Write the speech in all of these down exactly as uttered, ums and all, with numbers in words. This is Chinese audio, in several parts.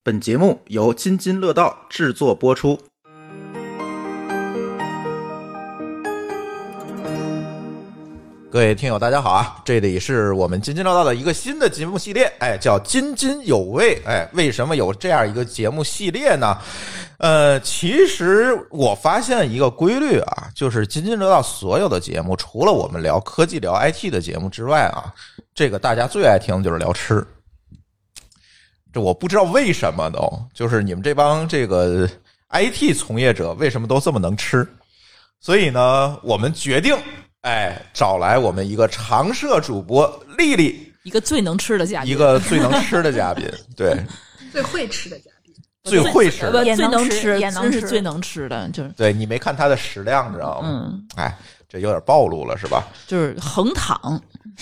本节目由津津乐道制作播出。各位听友大家好啊，这里是我们津津乐道的一个新的节目系列，哎，叫津津有味。哎，为什么有这样一个节目系列呢？呃，其实我发现一个规律啊，就是津津乐道所有的节目，除了我们聊科技、聊 I T 的节目之外啊，这个大家最爱听的就是聊吃。这我不知道为什么都，就是你们这帮这个 I T 从业者为什么都这么能吃？所以呢，我们决定。哎，找来我们一个常设主播丽丽， 一个最能吃的嘉宾， 一个最能吃的嘉宾，对， 最会吃的嘉宾， 最会吃的， 最能吃， 也能吃， 真是最能吃的，就是对你没看他的食量，知道吗？嗯，哎，这有点暴露了，是吧？ 就是横躺，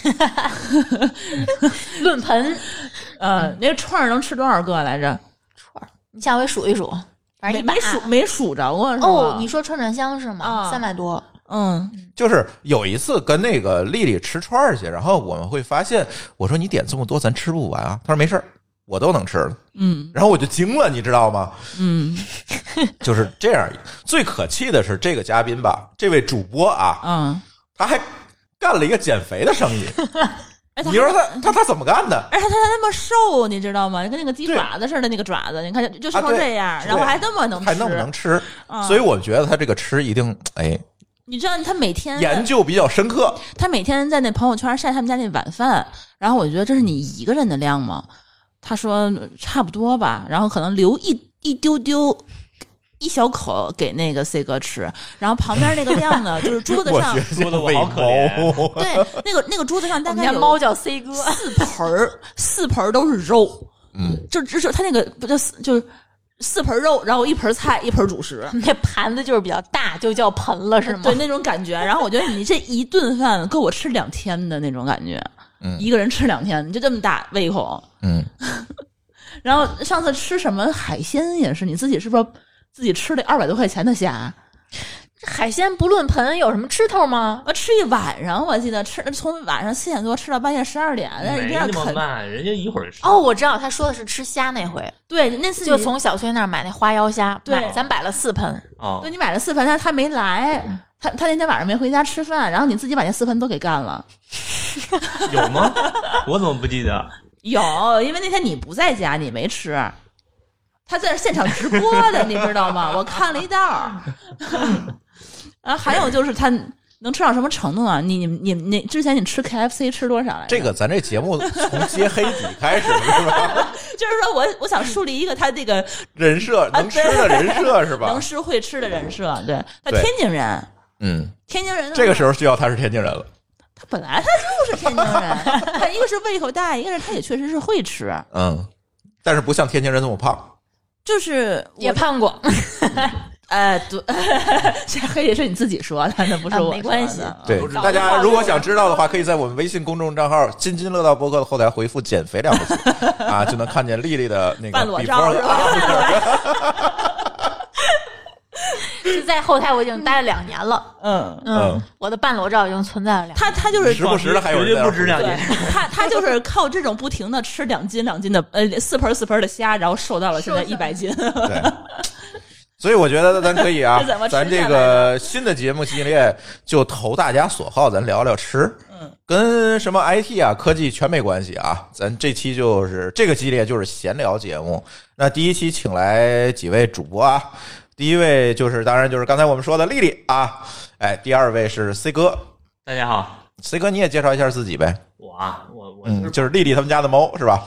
论盆， 呃，那个串能吃多少个来着？ 串，你下回数一数，反正没没数没数着过是吧？ 哦，你说串串香是吗？三百多。 嗯， 就是有一次跟那个丽丽吃串去，然后我们会发现，我说你点这么多，咱吃不完啊。他说没事，我都能吃了。 嗯， 然后我就惊了，你知道吗？ 嗯， 就是这样。最可气的是这个嘉宾吧，这位主播啊， 嗯， 他还干了一个减肥的生意。 哎、 你说他他他怎么干的？ 而且他他那么瘦，你知道吗？跟那个鸡爪子似的那个爪子，你看就瘦成这样，啊、然后还那么能吃， 还那么能吃， 嗯、 所以我觉得他这个吃一定哎。 你知道他每天研究比较深刻， 他每天在那朋友圈晒他们家那晚饭，然后我觉得这是你一个人的量吗？他说差不多吧，然后可能留一一丢丢一小口给那个 C 哥吃，然后旁边那个量呢，就是桌子上说的我好可怜， 对，那个那个桌子上大概有猫叫 C 哥四盆四盆都是肉， 嗯， 就就是他那个不叫就是。四盆肉，然后一盆菜，一盆主食。 那盘子就是比较大，就叫盆了，是吗？ 对，那种感觉。然后我觉得你这一顿饭够我吃两天的那种感觉， 嗯， 一个人吃两天，你就这么大胃口， 嗯。 然后上次吃什么海鲜也是，你自己是不是自己吃了二百多块钱的虾？ 海鲜不论盆，有什么吃头吗？ 我吃一晚上，我记得吃从晚上七点多吃到半夜十二点，但是没那么慢，人家一会儿吃。 哦，我知道他说的是吃虾那回， 对，那次就从小崔那儿买那花腰虾， 对， 咱摆了四盆。 哦， 对，你买了四盆，他他没来，他他那天晚上没回家吃饭，然后你自己把那四盆都给干了。 有吗？我怎么不记得？ 有，因为那天你不在家，你没吃。他在现场直播的，你知道吗？我看了一道。啊，还有就是他能吃到什么程度啊？你你你你之前你吃 K F C 吃多少来着？ 这个咱这节目从揭黑底开始是吧？ 就是说我我想树立一个他这个人设，能吃的人设是吧？ 能吃会吃的人设，对，他天津人， 嗯， 天津人这个时候需要他是天津人了。 他本来他就是天津人，他一个是胃口大，一个是他也确实是会吃， 嗯，但是不像天津人这么胖， 就是也胖过。 呃，对，这黑也是你自己说的，那不是我、 啊、没关系。 对，大家如果想知道的话，可以在我们微信公众账号“津津乐道播客”的后台回复“减肥”两个字啊，就能看见丽丽的那个半裸照是吧？ 就在后台我已经待了两年了， 嗯嗯，我的半裸照已经存在了两年。 他他就是时不时的还有绝对不止两斤， 他他就是靠这种不停的吃两斤两斤的呃四盆四盆的虾，然后瘦到了现在一百斤。 对。所以我觉得咱可以啊，咱这个新的节目系列就投大家所好，咱聊聊吃， 嗯， 跟什么 I T 啊、科技全没关系啊。咱这期就是这个系列就是闲聊节目。那第一期请来几位主播啊，第一位就是当然就是刚才我们说的丽丽啊，哎，第二位是 C 哥， 大家好 ，C 哥你也介绍一下自己呗。 我啊，我我嗯，就是丽丽他们家的猫是吧？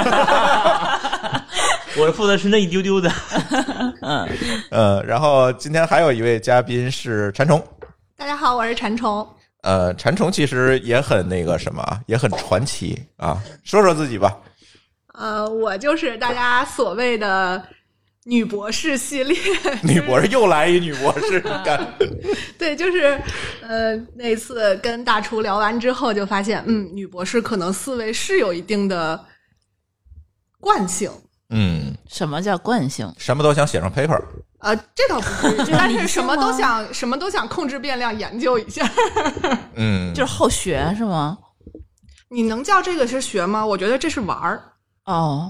我负责吃那一丢丢的。 嗯呃，然后今天还有一位嘉宾是馋虫。 大家好，我是馋虫。 呃，馋虫其实也很那个什么，也很传奇啊，说说自己吧。 呃，我就是大家所谓的女博士系列。 女博士又来一女博士，干。 对，就是呃，那次跟大厨聊完之后，就发现，嗯，女博士可能思维是有一定的惯性。 嗯， 什么叫惯性？ 什么都想写上 paper。 呃，这倒不是，但是什么都想，什么都想控制变量，研究一下。 嗯， 就是好学是吗？ 你能叫这个是学吗？我觉得这是玩儿。 哦，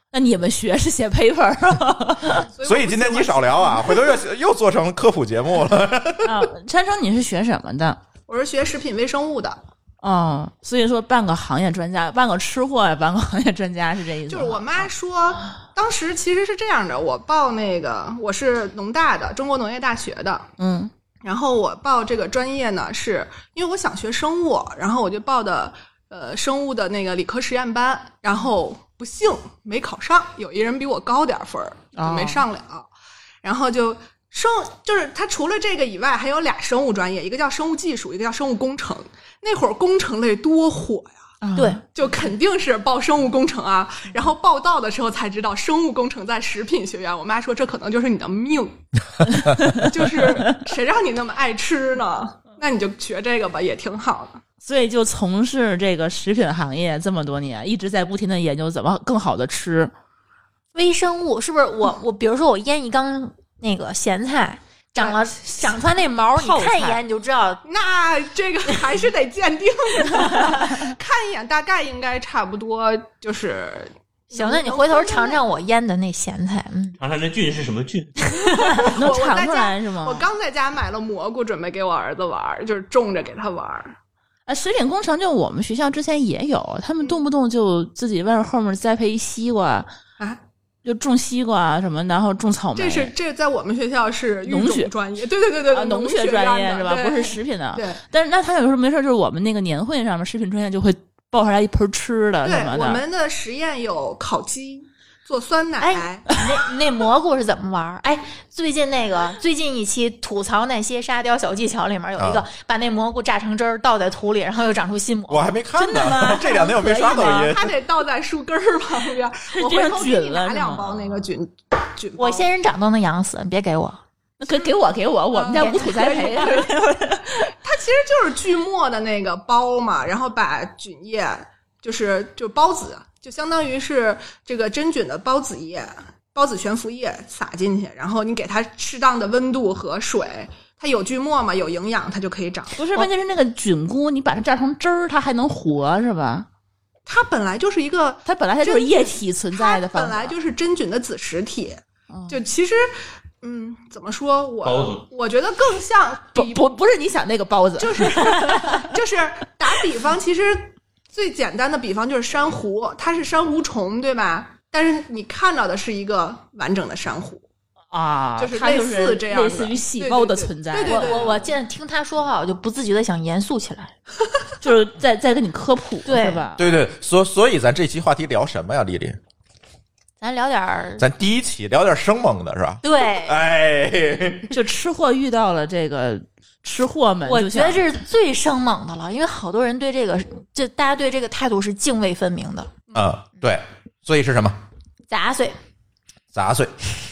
那你们学是写 paper 啊？ 所以今天你少聊啊，回头又又做成科普节目了。 啊，山城你是学什么的？ 我是学食品微生物的。 哦，所以说半个行业专家，半个吃货呀，半个行业专家是这意思。 就是我妈说，当时其实是这样的，我报那个我是农大的，中国农业大学的， 嗯， 然后我报这个专业呢，是因为我想学生物，然后我就报的呃生物的那个理科实验班，然后不幸没考上，有一人比我高点分就没上了，哦、然后就。生就是它除了这个以外，还有俩生物专业，一个叫生物技术，一个叫生物工程。那会儿工程类多火呀， 对， 就肯定是报生物工程啊。然后报到的时候才知道，生物工程在食品学院。我妈说这可能就是你的命，就是谁让你那么爱吃呢？那你就学这个吧，也挺好的。 所以就从事这个食品行业这么多年，一直在不停的研究怎么更好的吃。 微生物是不是我我比如说我腌一缸那个咸菜，长了长出来那毛，你看一眼你就知道。 那这个还是得鉴定的，看一眼大概应该差不多就是。 行，那你回头尝尝我腌的那咸菜，嗯， 尝尝那菌是什么菌？ 能尝出来是吗？ 我刚在家买了蘑菇，准备给我儿子玩，就是种着给他玩。 啊，食品工程就我们学校之前也有，他们动不动就自己外面后面栽培西瓜啊。 就种西瓜什么，然后种草莓。 这是这在我们学校是农学专业，对对对对， 啊，农学专业是吧？不是食品的。 对。 但是那他有时候没事，就是我们那个年会上面，食品专业就会抱上来一盆吃的什么的。 对，我们的实验有烤鸡。做酸奶， 哎，那那蘑菇是怎么玩？哎，最近那个最近一期吐槽那些沙雕小技巧里面有一个，啊、把那蘑菇榨成汁儿倒在土里，然后又长出新蘑菇。 我还没看呢， 真的吗？ 这两天我没刷抖音。 它得倒在树根儿旁边。我回头给你拿两包那个菌菌。 我仙人掌都能养死，你别给我。 给给我给我，我们家无土栽培。 它其实就是锯末的那个包嘛，然后把菌液就是就孢子。就相当于是这个真菌的孢子液、孢子悬浮液撒进去，然后你给它适当的温度和水，它有锯末嘛，有营养，它就可以长。 不是，关键是那个菌菇，你把它榨成汁儿，它还能活是吧？ 它本来就是一个， 它本来它就是液体存在的， 它本来就是真菌的子实体。 嗯、 就其实，嗯，怎么说？我我觉得更像不不不是你想那个孢子， 就是就是打比方，其实。最简单的比方就是珊瑚，它是珊瑚虫，对吧？但是你看到的是一个完整的珊瑚啊， 就是类似这样的， 类似于细胞的存在。 对对对， 我我我现在听他说话，我就不自觉的想严肃起来， 就是在在跟你科普，是吧？ 对对，所所以咱这期话题聊什么呀，丽丽？ 咱聊点儿， 咱第一期聊点生猛的是吧？ 对， 哎， 就吃货遇到了这个。吃货们， 我觉得这是最生猛的了，因为好多人对这个，这大家对这个态度是泾渭分明的。 嗯，对，所以是什么？ 杂碎， 杂碎，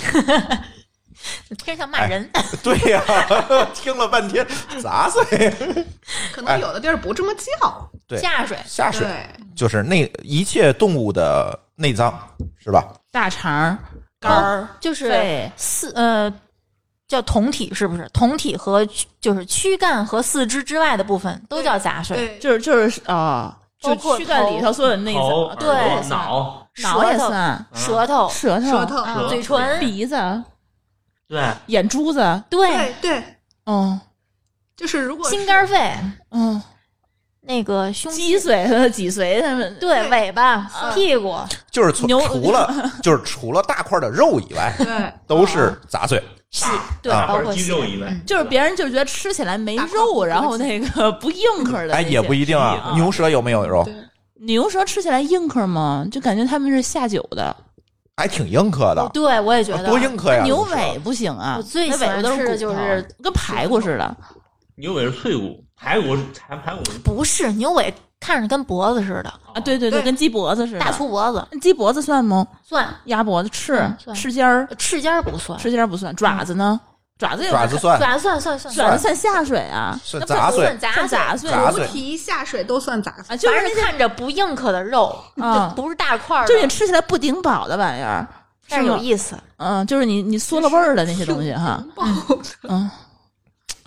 听着像骂人。 哎、对呀、啊，听了半天杂碎， 可能有的地儿不这么叫。 对， 下水， 下水就是内一切动物的内脏，是吧？ 大肠、肝儿、 哦，就是四呃。叫酮体是不是？酮体和就是躯干和四肢之外的部分都叫杂碎， 就是就是啊，就躯干里头所有的内脏， 对， 脑脑也算， 舌头、 舌头、 舌头、 嘴唇、 鼻子， 对， 眼珠子， 对对， 嗯， 就是如果心肝肺， 嗯， 那个胸脊髓和脊髓他们， 对，尾巴、屁股， 就是除除了就是除了大块的肉以外， 对， 都是杂碎。 细对，包括肌肉以外， 就是别人就觉得吃起来没肉，然后那个不硬壳的。 哎，也不一定啊。牛舌有没有肉？ 牛舌吃起来硬壳吗？就感觉他们是下酒的， 还挺硬壳的。 对，我也觉得多硬壳呀！ 牛尾不行啊， 我最喜欢吃的就是跟排骨似的。 牛尾是脆骨，排骨排排骨不是牛尾。看着跟脖子似的啊，对对对，跟鸡脖子似的， 大粗脖子。 鸡脖子算吗？ 算。 鸭脖子、翅、 嗯、 翅尖儿、 翅尖儿不算， 翅尖儿不算。爪子呢？爪子有爪子算， 爪子算算算， 爪子算下水啊， 算杂碎， 算杂杂碎， 牛蹄下水都算杂碎啊，就是那看着不硬壳的肉啊，不是大块儿， 就是你吃起来不顶饱的玩意儿， 但是有意思。 嗯，就是你你嗦了味儿的那些东西哈。嗯。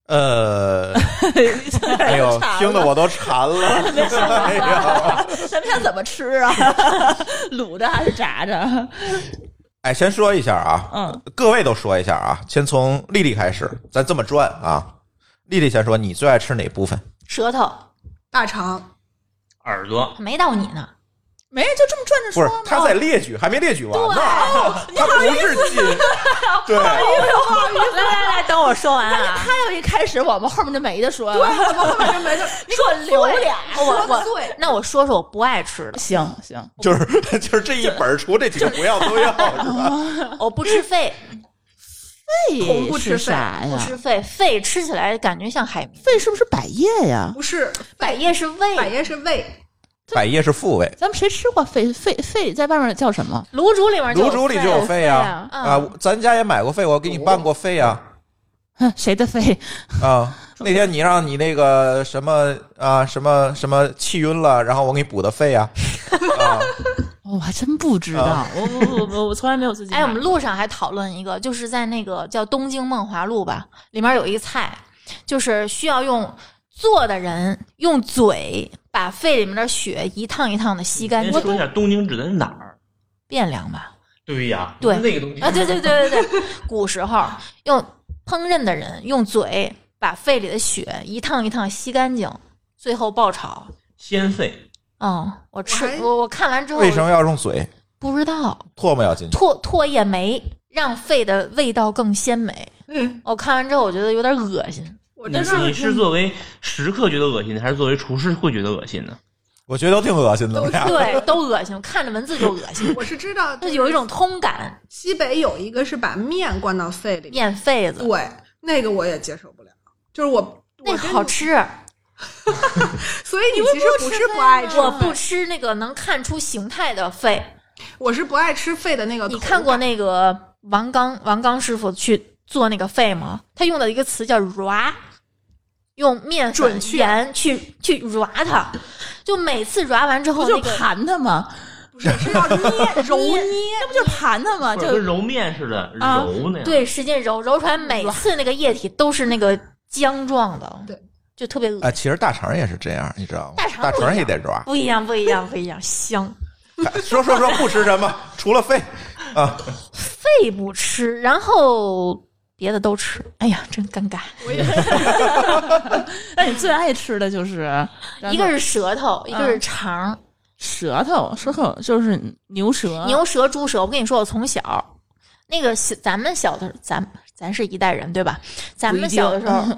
呃，哎呦，听得我都馋了。哎呀， 咱们想怎么吃啊？卤着还是炸着？ 哎，先说一下啊， 嗯， 各位都说一下啊，先从丽丽开始，咱这么转啊。丽丽先说，你最爱吃哪部分？ 舌头大肠， 耳朵， 没到你呢。 没人就这么转着不是说吗？ 他在列举，还没列举完呢。他不是进，对， 来来来，等我说完啊！他要一开始，我们后面就没得说了。对， 我们后面就没事。 你给我留俩。 我我对， 那我说说我不爱吃的。 行行， 就是就是这一本除这几个不要都要，是吧？ 我不吃肺， 肺不吃肺是啥呀？ 不吃肺，肺吃起来感觉像海绵。 肺是不是百叶呀？ 不是百叶是胃， 百叶是胃， 百叶是复位， 咱们谁吃过肺？肺肺在外面叫什么？ 卤煮里面就有卤煮里就有肺呀。 肺啊啊，咱家也买过肺，我给你拌过肺啊。 哼，谁的肺？ 啊，那天你让你那个什么啊什么什么气晕了，然后我给你补的肺啊。啊， 哦，我还真不知道， 啊我我我我从来没有自己买。 哎，我们路上还讨论一个，就是在那个叫东京梦华录吧，里面有一菜，就是需要用做的人用嘴把肺里面的血一趟一趟的吸干净。 先说一下东京指的是哪儿？ 汴梁吧？ 对呀， 对那个东西啊，对对对对对，古时候用烹饪的人用嘴把肺里的血一趟一趟吸干净，最后爆炒。 鲜肺。 嗯，我吃我还我我看完之后为什么要用嘴？ 不知道唾沫要进去。 唾唾液酶让肺的味道更鲜美。 嗯， 我看完之后我觉得有点恶心。 你我真你是作为食客觉得恶心的，还是作为厨师会觉得恶心呢？ 我觉得都挺恶心的。 对，都恶心，看着文字就恶心。 我是知道， 就有一种通感， 西北有一个是把面灌到肺里， 面肺子， 对，那个我也接受不了。就是我那我真个好吃。 所以你其实不是不爱吃肺， 我不吃那个能看出形态的肺。 我是不爱吃肺的那个口感。 你看过那个王刚王刚师傅去做那个肺吗？他用的一个词叫 “ra”， 用面粉准确盐去去 ra 它，就每次 ra 完之后， 不就那个盘它吗？ 不是是要捏揉捏， 那不就是盘它吗？就或者跟揉面似的啊揉那样。 对使劲揉揉出来，每次那个液体都是那个浆状的， 对， 就特别恶啊，其实大肠也是这样，你知道吗？ 大肠大肠不一样也得抓。 不一样，不一样，不一样，香。 说说说，不吃什么？除了肺啊， 肺不吃，然后别的都吃。哎呀，真尴尬。 我也那你最爱吃的就是一个是舌头，一个是肠。 舌头，舌头就是牛舌， 牛舌、猪舌。我跟你说，我从小那个小咱们小的，咱咱是一代人对吧？咱们小的时候，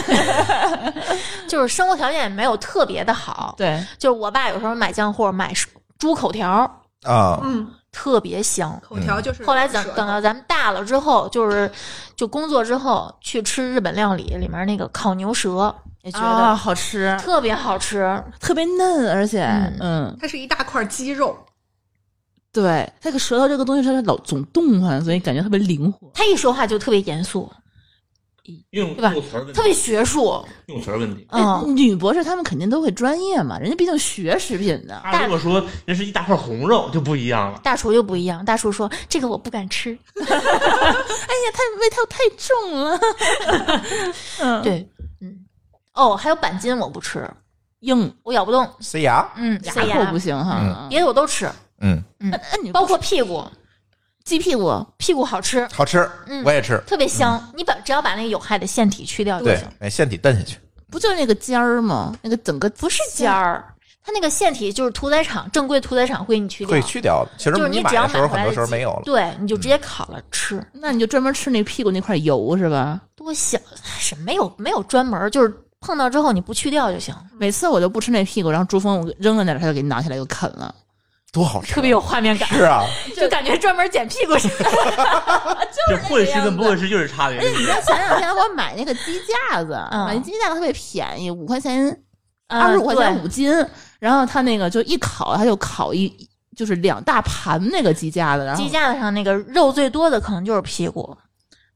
就是生活条件也没有特别的好。 对， 就是我爸有时候买酱货买猪口条啊， 嗯， 特别香。 口条就是后来等舌头等到咱们大了之后，就是就工作之后去吃日本料理，里面那个烤牛舌也觉啊， 得好吃， 特别好吃。 特别嫩，而且嗯嗯， 它是一大块肌肉， 对，它这个舌头这个东西它是老总动弹，所以感觉特别灵活。 他一说话就特别严肃， 用对吧用词儿问题特别学术。 用词儿问题。 嗯， 哎女博士她们肯定都会专业嘛，人家毕竟学食品的。 他如果说那是一大块红肉就不一样了。 大厨就不一样，大厨说这个我不敢吃。 哎呀，它味道太重了。嗯， 对，嗯，哦，还有板筋我不吃， 硬我咬不动。 塞牙。 嗯， 牙塞牙口不，行哈。 别的我都吃， 嗯， 嗯， 那你包括屁股， 鸡屁股， 屁股好吃， 好吃， 嗯我也吃。 特别香。你把只要把那个有害的腺体去掉就对行。， 哎，腺体蹬下去。 不就是那个尖儿吗？那个整个不是尖儿，它那个腺体就是屠宰场正规屠宰场会给你去掉会，去掉的。其实就是你买只要买的时候很多回来的鸡时候没有了。 对，你就直接烤了吃， 那你就专门吃那屁股那块油是吧？ 多香！是没有没有专门，就是碰到之后你不去掉就行， 每次我就不吃那屁股，然后珠峰我扔在那儿，他就给你拿起来又啃了。 多好吃啊， 特别有画面感， 是啊， 就感觉专门捡屁股似的。 就会吃跟不会吃就是差别。 你知道前两天我买那个鸡架子， 嗯买鸡架子特别便宜，五块钱， 嗯二十五块钱对五斤。然后他那个就一烤，他就烤一就是两大盘那个鸡架子，然后鸡架子上那个肉最多的可能就是屁股，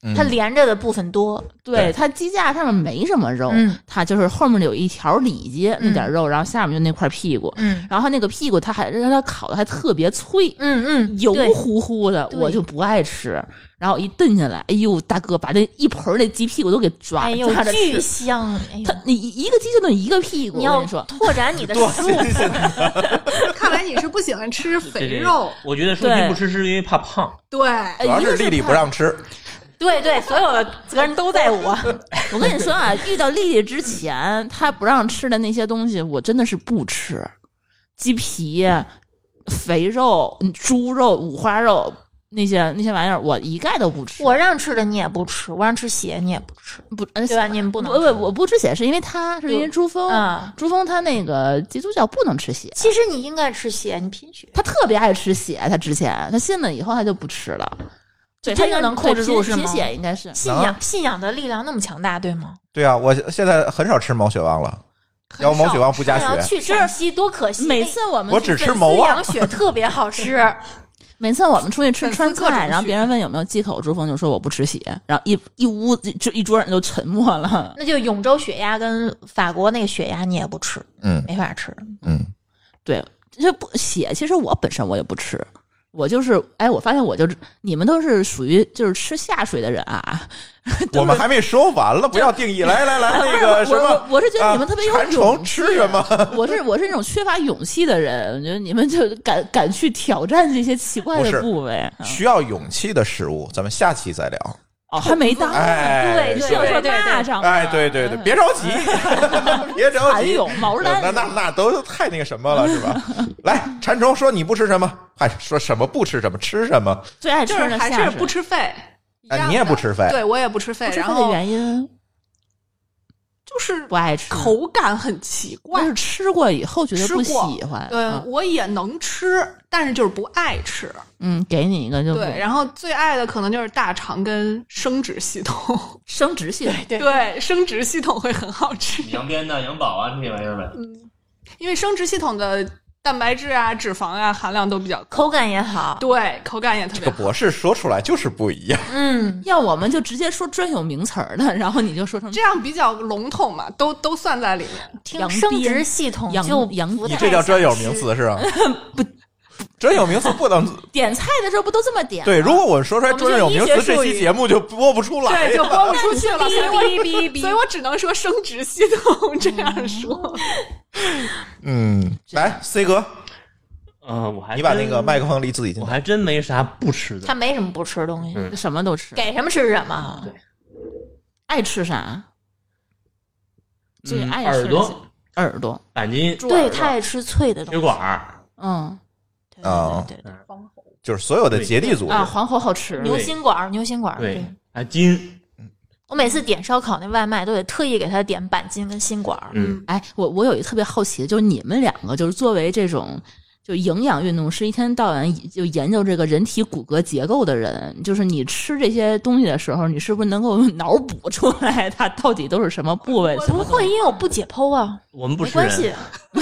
它连着的部分多。 对，它鸡架上面没什么肉， 嗯它就是后面有一条里脊那点肉， 嗯、 然后下面就那块屁股， 嗯， 然后它那个屁股它还让它烤的还特别脆， 嗯嗯， 油乎乎的，我就不爱吃。然后一炖下来，哎呦，大哥把那一盆那鸡屁股都给抓， 哎呦， 抓着巨香！哎呦， 它你一个鸡就炖一个屁股， 你要我说拓展你的食物。 看来你是不喜欢吃肥肉。 我觉得说你不吃是因为怕胖。 对， 主要是丽丽不让吃。 对对，所有的责任都在我。 我跟你说啊，遇到丽丽之前，她不让吃的那些东西，我真的是不吃。鸡皮、肥肉、猪肉、五花肉那些那些玩意儿，我一概都不吃。 我让吃的你也不吃，我让吃血你也不吃， 不对吧？你们不能不不，我不吃血是因为他是因为珠峰， 嗯， 珠峰他那个基督教不能吃血。 其实你应该吃血，你贫血。 他特别爱吃血，他之前他信了以后他就不吃了。对， 真的能控制住是吗？ 贫血应该是信仰，信仰的力量那么强大，对吗？ 对啊，我现在很少吃毛血旺了，要毛血旺不加血。 去陕西多可惜！ 每次我们我只吃毛旺， 养血特别好吃。 每次我们出去吃川菜，然后别人问有没有忌口，珠峰就说我不吃血，然后一一屋子就一桌人都沉默了。 那就永州血鸭跟法国那个血鸭你也不吃， 嗯， 没法吃。 嗯，对，这不血，其实我本身我也不吃。我就是哎，我发现我就是你们都是属于就是吃下水的人啊。 我们还没说完了，不要定义。来来来，那个什么， 我我是觉得你们特别有勇气。吃什么？ 我是我是那种缺乏勇气的人，我觉得你们就敢敢去挑战这些奇怪的部位。 需要勇气的食物，咱们下期再聊。 哦，还没到， 哎， 对对对对，蚂蚱， 哎，对对对，别着急，别着急， 勇毛丹， 那那那都太那个什么了，是吧？来，馋虫说你不吃什么？还说什么不吃什么？吃什么？ 最爱吃的还是不吃肺。 哎，你也不吃肺？ 对，我也不吃肺。 不吃肺的原因就是不爱吃， 口感很奇怪。 就是吃过以后觉得不喜欢。 对，嗯、我也能吃，但是就是不爱吃。 嗯，给你一个就对。然后最爱的可能就是大肠跟生殖系统。 生殖系统对对，生殖系统会很好吃。 羊鞭呐、羊宝啊这些玩意儿呗。 嗯，因为生殖系统的蛋白质啊、脂肪啊含量都比较高， 口感也好。 对，口感也特别好。 这个博士说出来就是不一样。 嗯， 要我们就直接说专有名词儿的，然后你就说成这样比较笼统嘛，都都算在里面。 听生殖系统就羊， 你这叫专有名词是吧？ 不， 专有名词不能点菜的时候不都这么点？ 对，如果我说出来专有名词，这期节目就播不出来， 对，就播不出去了。所以哔哔哔， 所以我只能说生殖系统这样说。 嗯，来 C 哥。 嗯、呃，我还你把那个麦克风离自己近， 我还真没啥不吃的。 他没什么不吃的东西， 嗯、 什么都吃， 给什么吃什么。 对， 爱吃啥？最爱吃、 嗯、耳朵， 耳朵， 板筋。 对，他爱吃脆的东西。 血管。 嗯， 啊， 对对对， 黄喉就是所有的结缔组织啊，黄喉好吃， 牛心管，牛心管， 对，啊筋。 我每次点烧烤那外卖都得特意给他点板筋跟心管。 嗯， 哎，我我有一个特别好奇的，就是你们两个就是作为这种。就营养运动师一天到晚就研究这个人体骨骼结构的人，就是你吃这些东西的时候，你是不是能够脑补出来它到底都是什么部位？ 我不会，因为我不解剖啊。 我们不没关系。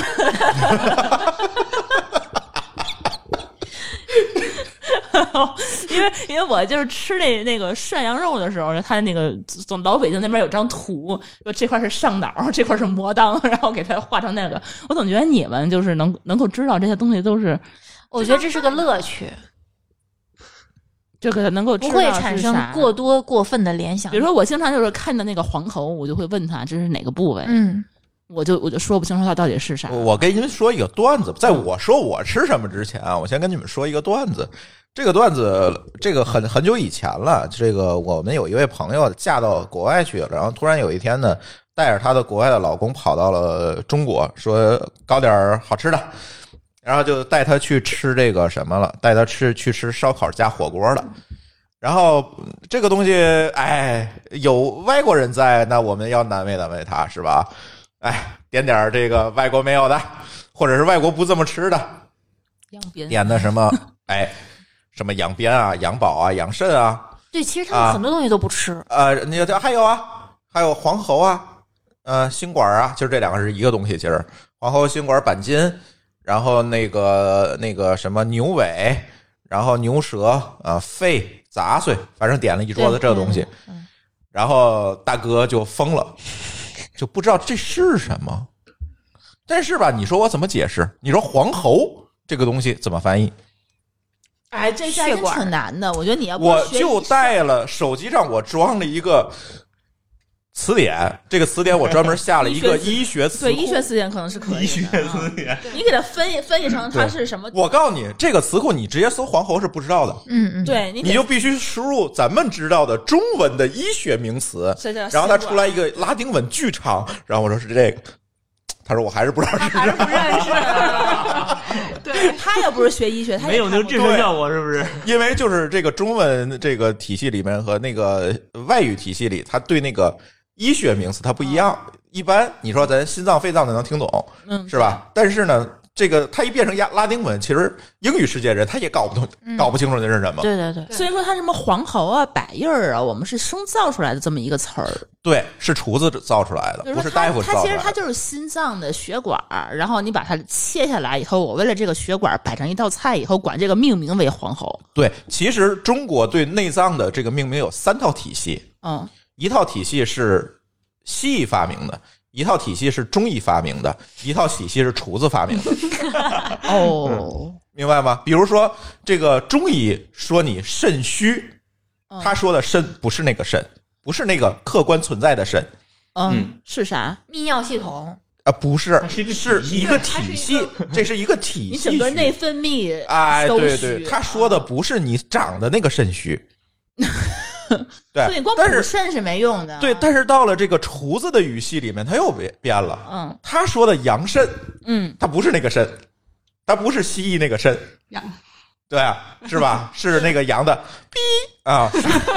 因为因为我就是吃那那个涮羊肉的时候，他那个从老北京那边有张图，说这块是上脑，这块是魔当，然后给它画成那个。我总觉得你们就是能能够知道这些东西都是， 我觉得这是个乐趣， 这个能够不会产生过多过分的联想。 比如说，我经常就是看到那个黄喉，我就会问他这是哪个部位， 嗯。 我就我就说不清楚它到底是啥。 我跟你们说一个段子，在我说我吃什么之前啊，我先跟你们说一个段子。这个段子，这个很很久以前了。这个我们有一位朋友嫁到国外去了，然后突然有一天呢，带着她的国外的老公跑到了中国，说搞点好吃的，然后就带她去吃这个什么了，带她吃去吃烧烤加火锅了。然后这个东西，哎，有外国人在，那我们要难为难为他，是吧？哎，点点这个外国没有的，或者是外国不这么吃的， 羊鞭点的什么？哎，什么羊鞭啊、羊宝啊、羊肾啊。 对，其实他们很多东西都不吃。 啊、呃，你还有啊，还有黄喉啊，呃，心管啊，其实这两个是一个东西。其实黄喉、心管、板筋，然后那个那个什么牛尾， 然后牛舌啊、肺、杂碎，反正点了一桌子这个东西。 嗯、 然后大哥就疯了，就不知道这是什么。但是吧，你说我怎么解释？你说黄喉这个东西怎么翻译？ 哎，这下真挺难的。我觉得你要不我就带了手机上，我装了一个词典，这个词典我专门下了一个医学词， 对医学词典可能是可以的。 医学词典， 你给它翻译翻译成它是什么？ 我告诉你，这个词库你直接搜黄喉是不知道的。 嗯嗯， 对， 你就必须输入咱们知道的中文的医学名词，然后它出来一个拉丁文巨长，然后我说是这个。他说：“我还是不知道是还是不认识。对， 他又不是学医学，他没有那个震慑效果，是不是？ 因为就是这个中文这个体系里面和那个外语体系里，他对那个医学名词它不一样。一般你说咱心脏、肺脏的能听懂，嗯，是吧？但是呢，这个它一变成拉拉丁文，其实英语世界人他也搞不懂、嗯、搞不清楚那是什么。 对对对， 所以说它什么黄喉啊、百叶儿啊，我们是生造出来的这么一个词儿。 对，是厨子造出来的，不是大夫造出来的。 它其实它就是心脏的血管，然后你把它切下来以后，我为了这个血管摆成一道菜以后，管这个命名为黄喉。 对，其实中国对内脏的这个命名有三套体系， 嗯， 一套体系是西医发明的。一套体系是中医发明的，一套体系是厨子发明的。 哦， 明白吗？比如说，这个中医说你肾虚，他说的肾不是那个肾，不是那个客观存在的肾， 嗯，是啥？ 泌尿系统啊，不是， 是一个体系，这是一个体系， 你整个内分泌， 哎，对对，他说的不是你长的那个肾虚。对， 所以光补肾是没用的。 对，但是到了这个厨子的语系里面，他又变变了。 嗯， 他说的阳肾， 嗯， 他不是那个肾，他不是西医那个肾， 阳， 对啊，是吧？是那个羊的逼啊。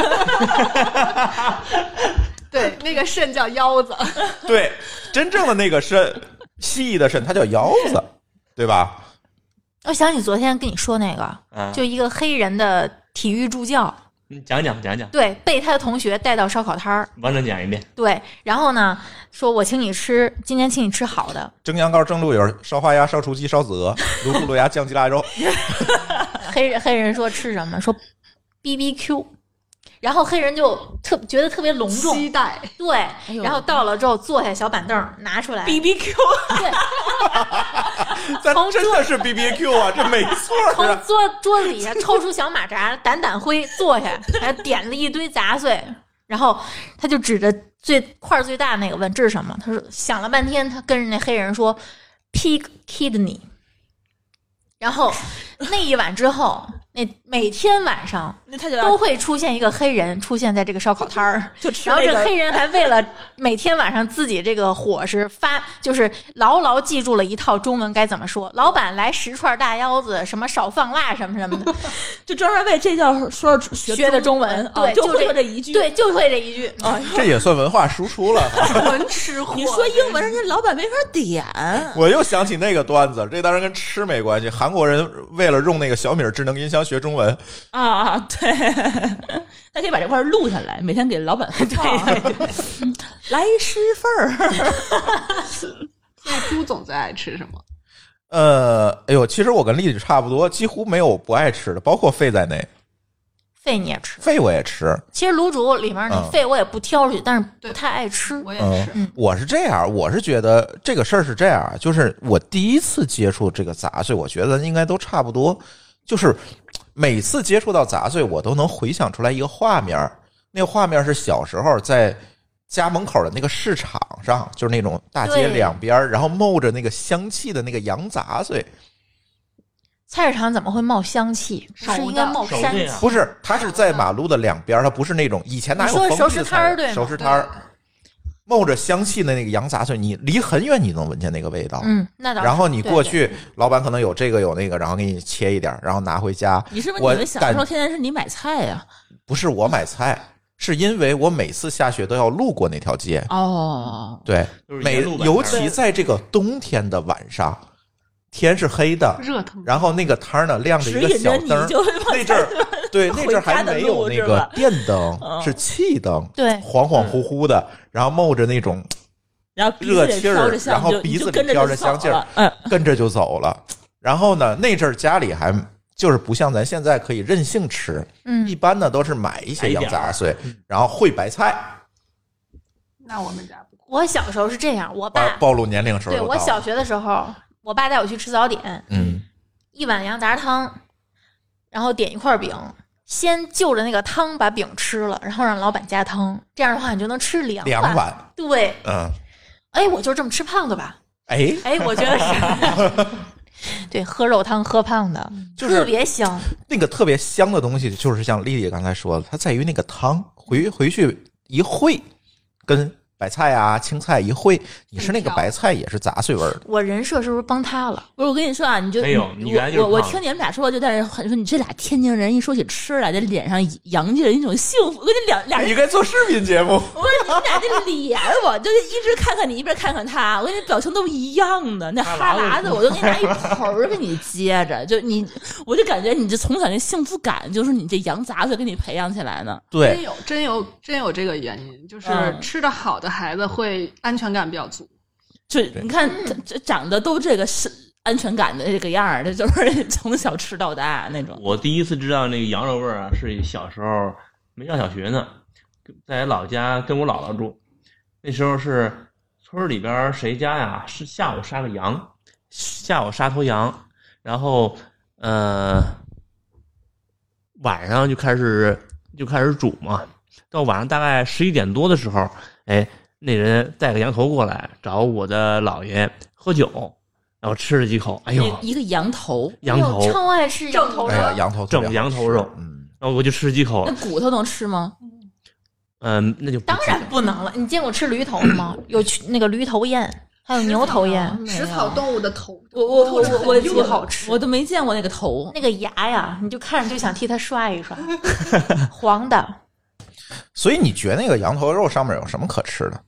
对，那个肾叫腰子。 对，真正的那个肾，西医的肾，它叫腰子，对吧？ 我想起昨天跟你说那个， 啊、 就一个黑人的体育助教。 讲讲讲讲， 对，被他的同学带到烧烤摊儿， 完整讲一遍。 对，然后呢，说我请你吃，今天请你吃好的， 蒸羊羔、蒸鹿尾、烧花鸭、烧雏鸡、烧子鹅、卤猪、卤鸭、酱鸡腊肉。 黑人黑人说吃什么？说 B B Q， 然后黑人就特觉得特别隆重， 期待。 对， 哎、 然后到了之后坐下小板凳拿出来 B B Q， 对， 咱真的是 B B Q 啊，这没错、啊。 从桌桌子底下抽出小马扎，掸掸灰，坐下，还点了一堆杂碎，然后他就指着最块最大那个问这是什么？他说想了半天，他跟着那黑人说 pig kidney。然后那一晚之后，那每天晚上都会出现一个黑人出现在这个烧烤摊儿， 就吃、 然后这个黑人还为了每天晚上自己这个伙食发，就是牢牢记住了一套中文该怎么说。老板来十串大腰子，什么少放辣什么什么的， 就专门为这叫说学学的中文，对， 哦、就会这一句， 对，就会这一句。 哦、 这也算文化输出了。 纯吃货， 你说英文，人家老板没法点。 我又想起那个段子，这当然跟吃没关系。韩国人为了用那个小米智能音箱学中文啊啊，对，他可以把这块录下来，每天给老板放。来十份儿。 那朱总最爱吃什么？ 呃，哎呦，其实我跟丽丽差不多，几乎没有不爱吃的，包括肺在内。 肺你也吃？ 肺我也吃。 其实卤煮里面那肺我也不挑出去， 嗯、 但是不太爱吃。 我也是、 嗯。 我是这样，我是觉得这个事儿是这样，就是我第一次接触这个杂碎，我觉得应该都差不多。就是每次接触到杂碎，我都能回想出来一个画面，那个画面是小时候在家门口的那个市场上，就是那种大街两边，然后冒着那个香气的那个洋杂碎。 菜市场怎么会冒香气？不是应该冒膻气？ 不是，它是在马路的两边，它不是那种以前哪有封闭的熟食摊儿？对， 熟食摊儿冒着香气的那个洋杂碎，你离很远你能闻见那个味道。 嗯，那倒是。 然后你过去，老板可能有这个有那个，然后给你切一点，然后拿回家。 你是不是你们小时候天天是你买菜呀、啊？ 不是我买菜，是因为我每次下学都要路过那条街。 哦， 对，每尤其在这个冬天的晚上。天是黑的， 热腾， 然后那个摊呢亮着一个小灯，那阵儿对那阵儿还没有那个电灯，是气灯， 对， 恍恍惚惚的，然后冒着那种然后热气儿，然后鼻子里飘着香气儿， 嗯， 跟着就走了。然后呢，那阵儿家里还就是不像咱现在可以任性吃， 嗯一般呢都是买一些羊杂碎，然后烩白菜。 那我们家不我小时候是这样，我暴爸暴露年龄时候对都到了我小学的时候，我爸带我去吃早点， 嗯， 一碗羊杂汤，然后点一块饼，先就着那个汤把饼吃了，然后让老板加汤，这样的话你就能吃两两碗， 对， 嗯， 哎，我就这么吃胖的吧？ 哎， 哎，我觉得是。对，喝肉汤喝胖的， 就是特别香。 那个特别香的东西，就是像丽丽刚才说的，它在于那个汤回回去一烩，跟白菜啊、青菜一烩，你吃那个白菜也是杂碎味儿的。 我人设是不是崩塌了？ 不是，我跟你说啊，你就没有你原来就是我我我胖听你们俩说，就在这很说你这俩天津人一说起吃来，这脸上洋溢着一种幸福。我跟你俩俩人你该做视频节目， 不是你们俩这脸，我就是一直看看你，一边看看他，我跟你表情都一样的，那哈喇子我都给你拿一盆儿给你接着，就你，我就感觉你这从小那幸福感，就是你这羊杂碎给你培养起来的。 真对， 有真有真有这个原因，就是嗯吃的好的孩子会安全感比较足。 就你看这这长得都这个是安全感的这个样儿，这就是从小吃到大那种。 我第一次知道那个羊肉味儿啊，是小时候没上小学呢，在老家跟我姥姥住，那时候是村里边谁家呀是下午杀个羊，下午杀头羊，然后呃晚上就开始就开始煮嘛，到晚上大概十一点多的时候，哎，那人带个羊头过来找我的姥爷喝酒，然后吃了几口，哎呦， 一一个羊头， 羊头哎呦超爱吃羊头肉哎，呀，羊头特别整好羊头肉， 嗯， 然后我就吃几口那，骨头能吃吗？ 嗯，那就不当然不能了。你见过吃驴头的吗？有去那个驴头宴，还有牛头宴， 没有食草动物的头， 我我我我我特别好吃我都没见过那个头。 那个牙呀，你就看着就想替它刷一刷，黄的。 所以你觉得那个羊头肉上面有什么可吃的？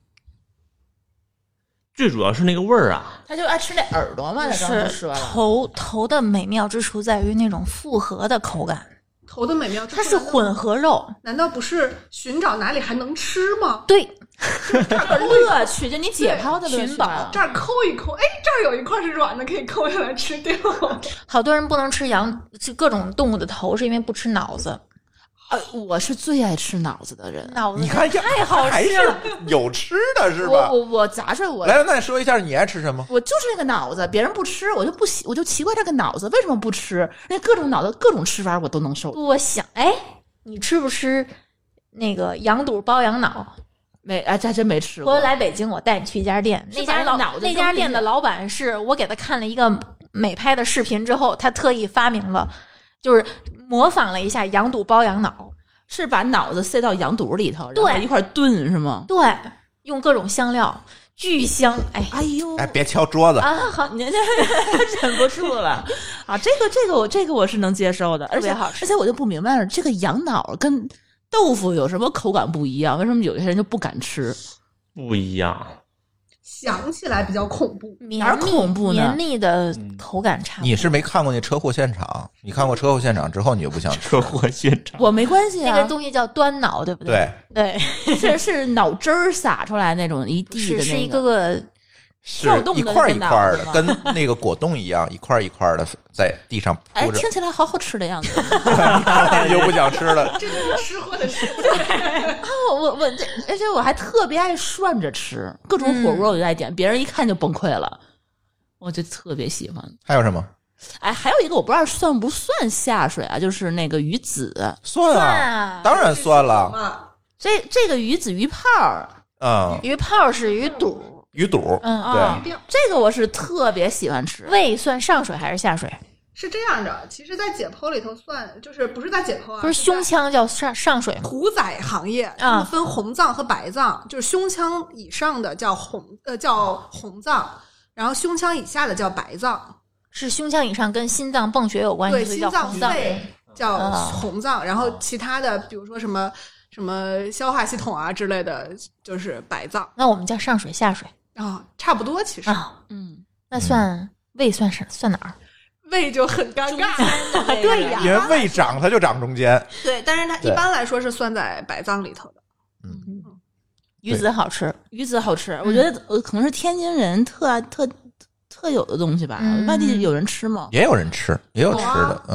最主要是那个味儿啊， 他就爱吃那耳朵嘛，他刚才是说了。 头头的美妙之处在于那种复合的口感， 头的美妙之处它是混合肉。 难道不是寻找哪里还能吃吗？ 对， 这个乐趣，就你解剖的乐趣寻宝嘛。 这儿抠一抠，哎，这儿有一块是软的，可以抠下来吃掉。 好多人不能吃羊，是各种动物的头，是因为不吃脑子。 呃，我是最爱吃脑子的人。 脑子你看， 太好还是吃了。 有吃的是我吧？ 我我杂碎我来，那说一下你爱吃什么？ 我就是那个脑子，别人不吃，我就不喜，我就奇怪这个脑子为什么不吃？那各种脑子各种吃法我都能受。 我想，哎，你吃不吃那个羊肚包羊脑？ 没，哎，这还真没吃回过。 来北京，我带你去一家店， 是那家老把脑子那家扔进去店的老板是我给他看了一个美拍的视频之后，他特意发明了，就是模仿了一下羊肚包羊脑。 是把脑子塞到羊肚里头，然后对一块炖是吗？ 对，用各种香料，巨香。哎哎呦， 哎，别敲桌子。 啊，好， 你这忍不住了啊！这个这个我这个我是能接受的，而且特别好吃而且我就不明白了，这个羊脑跟豆腐有什么口感不一样？为什么有些人就不敢吃？ 不一样。 想起来比较恐怖。 哪儿绵密恐怖呢绵密的口感差不多。 你是没看过那车祸现场？你看过车祸现场之后，你就不想吃车祸现场， 我没关系那啊， 个东西叫端脑，对不对， 对？ 是是脑汁儿洒出来那种一地的那是是一个个个是跳动的一块儿一块儿的， 那个脑跟那个果冻一样，一块儿一块儿的在地上哎， 铺着， 听起来好好吃的样子。 你就不想吃了。 这就是吃货的事。 啊，我我我这，而且我还特别爱涮着吃，各种火锅我就爱点，别人一看就崩溃了，我就特别喜欢。 还有什么？ 哎，还有一个我不知道算不算下水啊，就是那个鱼子， 算啊， 啊当然算了。 嘛， 这这个鱼子鱼泡儿嗯， 鱼泡是鱼肚， 鱼肚， 嗯啊对， 这个我是特别喜欢吃。 胃算上水还是下水？ 是这样的，其实，在解剖里头算，就是不是在解剖啊， 不是胸在腔叫上上水吗？ 屠宰行业，他们分红脏和白脏，就是胸腔以上的叫红呃叫红脏，然后胸腔以下的叫白脏。 是胸腔以上跟心脏泵血有关系， 对， 所以心脏、 叫红脏。 肺叫啊红脏，然后其他的，比如说什么什么消化系统啊之类的，就是白脏那我们叫上水下水啊，差不多。其实啊， 嗯， 那算胃算是算哪儿？ 胃就很尴尬， 对呀因为胃长它就长中间。 对，但是它对一般来说是算在白脏里头的。 鱼子好吃， 鱼子好吃，我觉得呃可能是天津人特爱特特有的东西吧。 嗯外地有人吃吗？ 也有人吃，也有吃的，嗯，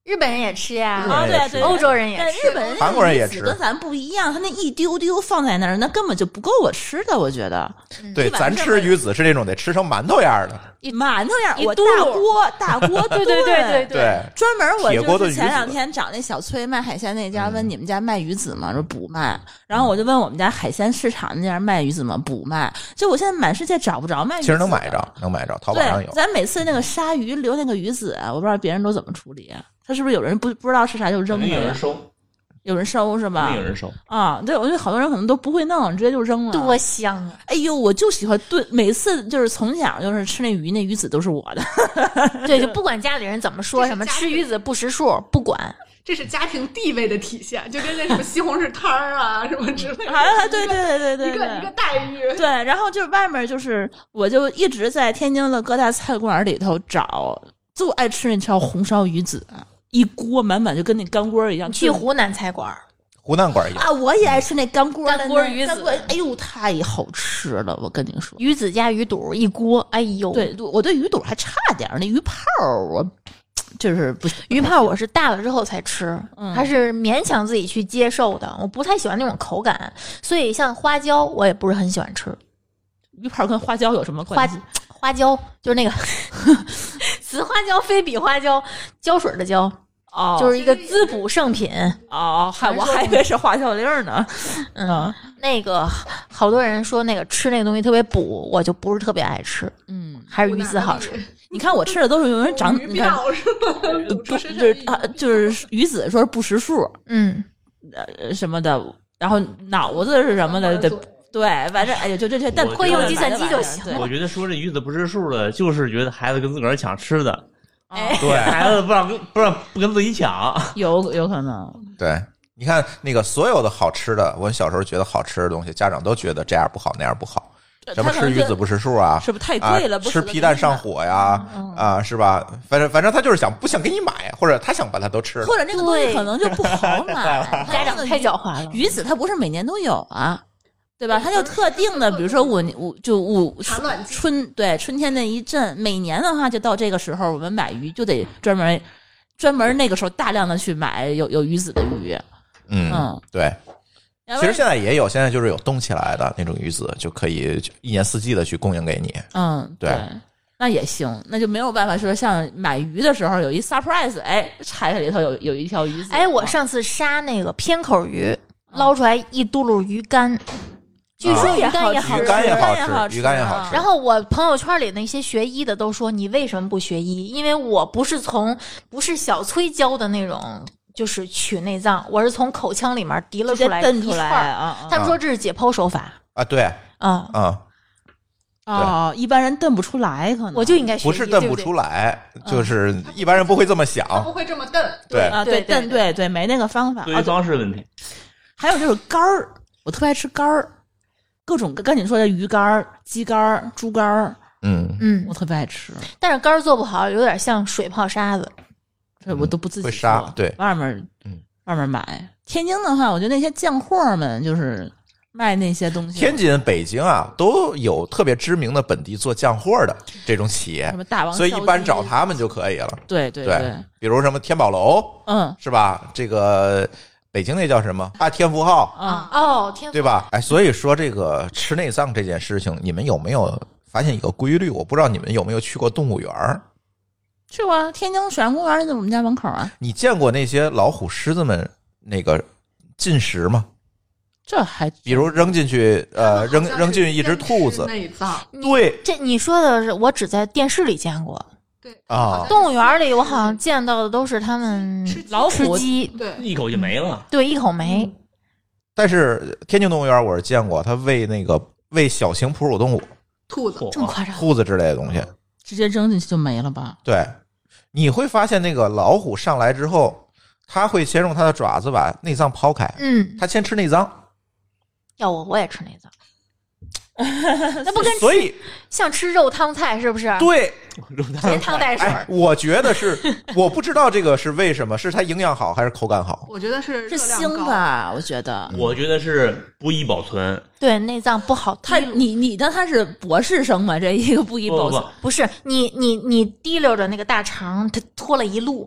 日本人也吃呀， 日本人也吃啊对对欧洲人也但吃， 日本人韩国人也吃鱼子跟咱不一样，他那一丢丢放在那儿，那根本就不够我吃的，我觉得。 对， 一般咱吃鱼子是那种得吃成馒头样的， 一馒头样， 一我大嘟噜锅大锅对对对对对， 专门我铁锅炖鱼子就是前两天找那小崔卖海鲜那家， 嗯问你们家卖鱼子吗？说不卖。然后我就问我们家海鲜市场那家卖鱼子吗？不卖。就我现在满世界找不着卖鱼子的。 其实能买着，能买着，淘宝上对， 有。 咱每次那个杀鱼留那个鱼子，我不知道别人都怎么处理。他是不是有人不不知道是啥就扔肯定有了呀？ 人收， 有人收是吧肯定有？人收。 啊，对，我觉得好多人可能都不会弄，直接就扔了。 多香啊！ 哎呦，我就喜欢炖，每次就是从小就是吃那鱼，那鱼子都是我的。 对，就不管家里人怎么说什么这是家里吃鱼子不识数，不管。 这是家庭地位的体现，就跟那什么西红柿摊儿啊什么之类的。 啊，对对对对对一个一个对。 待遇。 对，然后就是外面就是，我就一直在天津的各大菜馆里头找，就爱吃那条红烧鱼子，一锅满满就跟那干锅一样。 去湖南菜馆儿， 湖南馆也有， 啊，我也爱吃那干锅的干锅那鱼子干锅哎呦，太好吃了！我跟你说， 鱼子加鱼肚一锅，哎呦， 对，我对鱼肚还差点儿，那鱼泡儿我就是不鱼泡我是大了之后才吃， 嗯还是勉强自己去接受的。我不太喜欢那种口感，所以像花椒我也不是很喜欢吃。 鱼泡儿跟花椒有什么花关系？ 花椒就是那个此花椒非彼花椒，胶水的胶， 哦， 就是一个滋补圣品。 哦，还我还以为是花椒粒儿呢。 嗯，那个好多人说那个吃那个东西特别补，我就不是特别爱吃， 嗯， 还是鱼子好吃。 你看我吃的都是有人长， 鱼你看票是吧？ 不卤出身上就是啊，就是鱼子说是不识数， 嗯， 呃什么的，然后脑子是什么的，得对，反正哎呀，就这这，但我会用计算机就行对我觉得说这鱼子不识数的，就是觉得孩子跟自个儿抢吃的， 哎， 对孩子不让跟不让不跟自己抢。 有有可能， 对。你看那个所有的好吃的，我小时候觉得好吃的东西，家长都觉得这样不好那样不好，什么吃鱼子不识数啊， 是不是太啊贵了？不吃皮蛋上火呀，啊，是吧？反正反正他就是想不想给你买，或者他想把它都吃了。 或者那个东西对可能就不好买， 家长太狡猾了。 鱼子它不是每年都有啊，对吧？它就特定的，比如说五五就五产卵季春对春天那一阵，每年的话就到这个时候，我们买鱼就得专门专门那个时候大量的去买有有鱼子的鱼。 嗯嗯， 对。 要不然其实现在也有，现在就是有冻起来的那种鱼子，就可以一年四季的去供应给你。 嗯对对，那也行，那就没有办法说像买鱼的时候有一 surprise，哎，拆开里头有有一条鱼子。 哎，我上次杀那个偏口鱼，捞出来一嘟噜鱼干，据说鱼干也好吃。 鱼干也好好吃，鱼干也好吃。 然后我朋友圈里那些学医的都说，你为什么不学医？因为我不是从不是小崔教的那种，就是取内脏，我是从口腔里面提了直接出来蹬出来一串儿。 啊啊他们说这是解剖手法。 啊，对， 啊、 啊， 哦，一般人蹬不出来，可能我就应该学医， 不是蹬不对对出来，就是一般人不会这么他想不。会这么瞪。 对， 啊， 对对蹬对对，没那个方法。 对啊方式问题， 还有就是肝儿，我特别爱吃肝儿，各种跟你说的鱼肝儿、鸡肝儿、猪肝儿， 嗯， 嗯我，特别爱吃， 但是肝儿做不好，有点像水泡沙子。 这我都不自己会杀做对外面嗯外面买。天津的话，我觉得那些酱货们就是卖那些东西， 天津、北京啊都有特别知名的本地做酱货的这种企业什，么大王， 所以一般找。他们就可以了。 对对对，比如什么天宝楼嗯是吧？这个北京那叫什么啊？天福号啊， 哦，天， 对吧？哎，所以说这个吃内脏这件事情，你们有没有发现一个规律？我不知道你们有没有去过动物园儿？ 去过啊天津水上公园，在我们家门口啊， 你见过那些老虎、狮子们那个进食吗？ 这还比如扔进去，呃，扔好像是扔进去一只兔子， 内脏， 对这你说的是我只在电视里见过， 对啊动物园里我好像见到的都是他们吃老虎吃鸡， 对一口就没了。 对，一口没。 但是天津动物园我是见过，它喂那个喂小型哺乳动物、 兔子， 嚯这么夸张？ 兔子之类的东西。 直接扔进去就没了吧？ 对，你会发现那个老虎上来之后，它会先用它的爪子把内脏抛开， 嗯， 它先吃内脏， 要我我也吃内脏，那不跟所以像吃肉汤菜是不是？ 对， 连汤带水哎儿。， 我觉得是，我不知道这个是为什么，是它营养好还是口感好？ 我觉得是是腥热量高？ 吧？我觉得。 我觉得是不易保存， 对，内脏不好他滴溜。 你你的他是博士生嘛？这一个不宜保存不不不， 不是你你你滴溜着那个大肠，它拖了一路，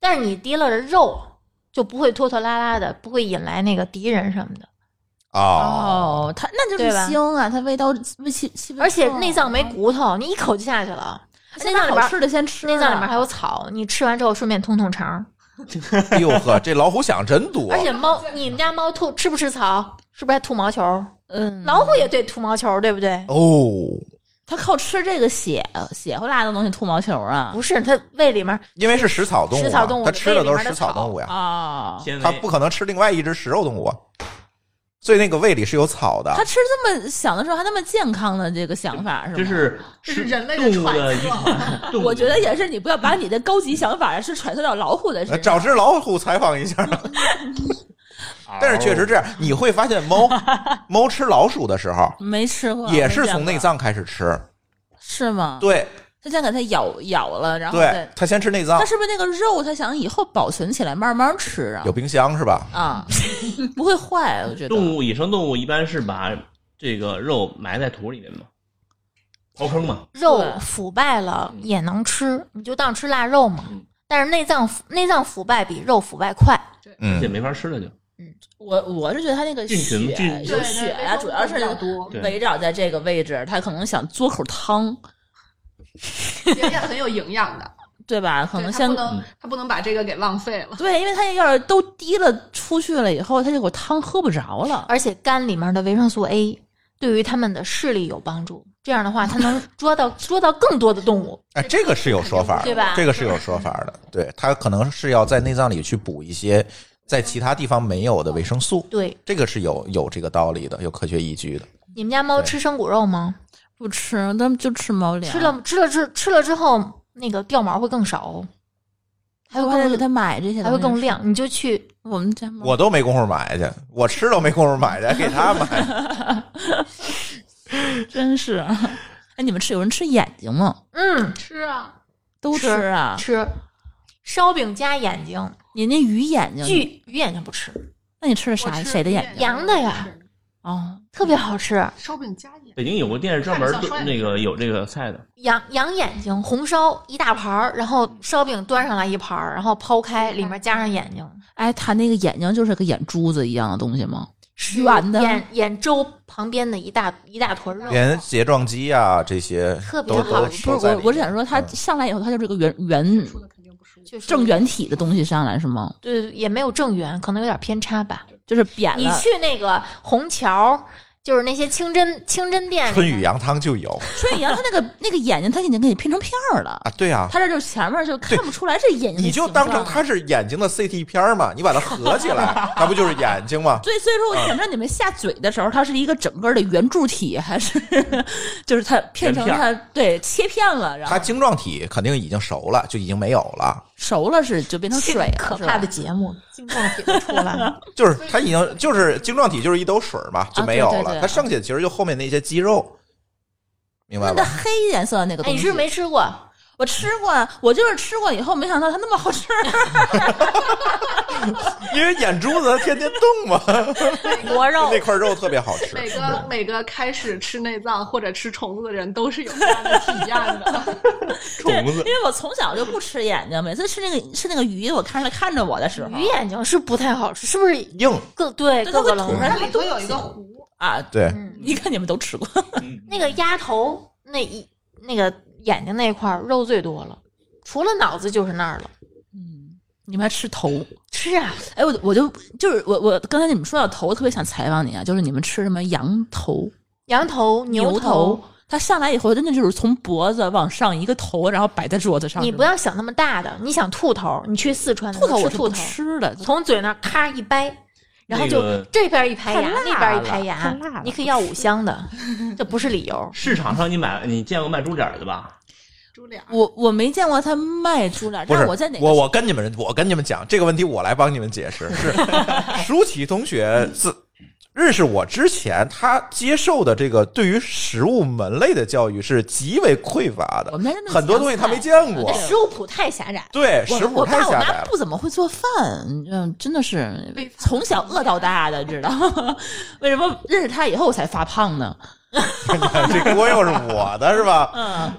但是你提了的肉就不会拖拖拉拉的，不会引来那个敌人什么的。 哦， 哦，它那就是对吧腥啊，它味道味气气味重， 而且内脏没骨头，你一口就下去了。内内脏里边好吃的先吃啊， 内脏里面还有草，你吃完之后顺便通通肠。 哎呦呵，这老虎想真多。 而且猫，你们家猫吐吃不吃草？是不是还吐毛球？ 嗯， 老虎也对吐毛球，对不对？ 哦， 它靠吃这个血血乎辣的东西吐毛球啊？ 不是，它胃里面因为是食草动物、啊， 食草动物它吃的都是食草动物呀， 啊， 纤维它不可能吃另外一只食肉动物啊，所以那个胃里是有草的。 它吃这么小的时候还那么健康的这个想法是吗？ 这是这是人类动的物的遗揣测传。动物我觉得也是，你不要把你的高级想法是揣测到老虎的身上。 呃找只老虎采访一下。但是确实这样，你会发现猫猫吃老鼠的时候， 没吃过， 也是从没见过内脏开始吃。 是吗？， 对他先给它咬咬了，然后对再， 它先吃内脏它，是不是那个肉？他想以后保存起来，慢慢吃啊有？冰箱是吧？ 啊，不会坏，我觉得。 动物野生动物一般是把这个肉埋在土里面嘛，刨坑嘛。 肉对腐败了也能吃，你就当吃腊肉嘛。 嗯但是内脏内脏腐败比肉腐败快。 嗯这，没法吃了就。 我我是觉得它那个菌群血菌有血呀，主要是比较多， 对围绕在这个位置，它可能想嘬口汤， 也也很有营养的。 对吧？可能先对它不能，它不能把这个给浪费了。 对，因为它要是都滴了出去了以后，它这口汤喝不着了。 而且肝里面的维生素 A 对于它们的视力有帮助。这样的话，它能捉到捉到更多的动物。 哎，这个是有说法的， 对吧这个是有说法的。对，它可能是要在内脏里去补一些在其他地方没有的维生素， 对， 这个是有有这个道理的，有科学依据的。 你们家猫对吃生骨肉吗？ 不吃，它们就吃猫粮。 吃了吃了之吃了之后，那个掉毛会更少，还会更我还得给它买这些， 还会更。亮。你就去我们家猫我都没工夫买去，我吃都没工夫买去，还给他买。 真是。哎，你们吃有人吃眼睛吗？ 嗯吃啊， 都吃啊？ 吃烧饼加眼睛， 你那鱼眼睛， 巨鱼眼睛不吃， 那你吃的啥？ 我吃谁的眼睛？ 羊的呀哦， 特别好吃。 烧饼加盐。 北京有个店是专门看着像涮那个有这个菜的， 羊羊眼睛红烧一大盘儿，然后烧饼端上来一盘儿，然后剖开，里面加上眼睛， 哎，它那个眼睛就是个眼珠子一样的东西吗？圆的。 眼眼周旁边的一大一大坨肉， 连睫状肌啊这些特别都都好吃不是我， 都在里面我是想说，它嗯上来以后，它就是个圆圆说的肯定不是我。 就是正圆体的东西上来是吗？ 对，也没有正圆，可能有点偏差吧。 就是扁了。 你去那个虹桥，就是那些清真清真店里面， 春雨羊汤就有春阳它那个那个眼睛，它已经给你拼成片儿了。 啊，对啊， 它这就前面就看不出来这眼睛的你就形当成状它是眼睛的 C T 片儿嘛，你把它合起来，它不就是眼睛吗？ 对，所以说我想知道你们下嘴的时候，它是一个整个的圆柱体，还是就是它片成圆它对切片了，然后它晶状体肯定已经熟了，就已经没有了。 熟了是就变成水了， 可是吧怕的节目，晶状体都出来了。 就是它已经就是晶状体就是一兜水嘛，就没有了。 对对对它剩下其实就后面那些肌肉，明白吧？ 那个黑颜色的那个哎， 东西， 你是不是没吃过？ 我吃过，我就是吃过以后，没想到它那么好吃。 因为眼珠子它天天动嘛， 螺肉那块肉特别好吃。 每个每个开始吃内脏或者吃虫子的人都是有这样的体验的。 对， 虫子因为我从小就不吃眼睛，每次吃那个吃那个鱼，我看着它看着我的时候鱼眼睛是不太好吃，是不是？ 硬， 各对对它会吐各个冷门它里头有一个核， 啊， 对， 嗯， 一看你们都吃过。 那个鸭头那一那个眼睛那块儿肉最多了，除了脑子就是那儿了。 嗯，你们还吃头？ 吃啊， 哎，我我就就是我我刚才你们说到头，我特别想采访你啊，就是你们吃什么羊头、 羊头、 牛头， 它上来以后真的就是从脖子往上一个头，然后摆在桌子上。 你不要想那么大的，你想兔头，你去四川的兔头，我是不吃兔头， 吃的。 从嘴那儿咔一掰，然后就那个这边一排牙， 太辣那边一了排牙太辣了， 你可以要五香的，这不是理由。 市场上你买你见过卖猪脸的吧？ 猪脸。 我我没见过他卖猪脸， 不是但我在哪个我我跟你们我跟你们讲这个问题，我来帮你们解释。是舒淇同学自认识我之前，他接受的这个对于食物门类的教育是极为匮乏的我，们家真的很多东西他没见过对。 食物谱太狭窄， 对， 我食谱我爸我妈太狭窄了。 不怎么会做饭，嗯，真的是从小饿到大的，知道？为什么认识他以后我才发胖呢？ 这锅又是我的，是吧？ 嗯，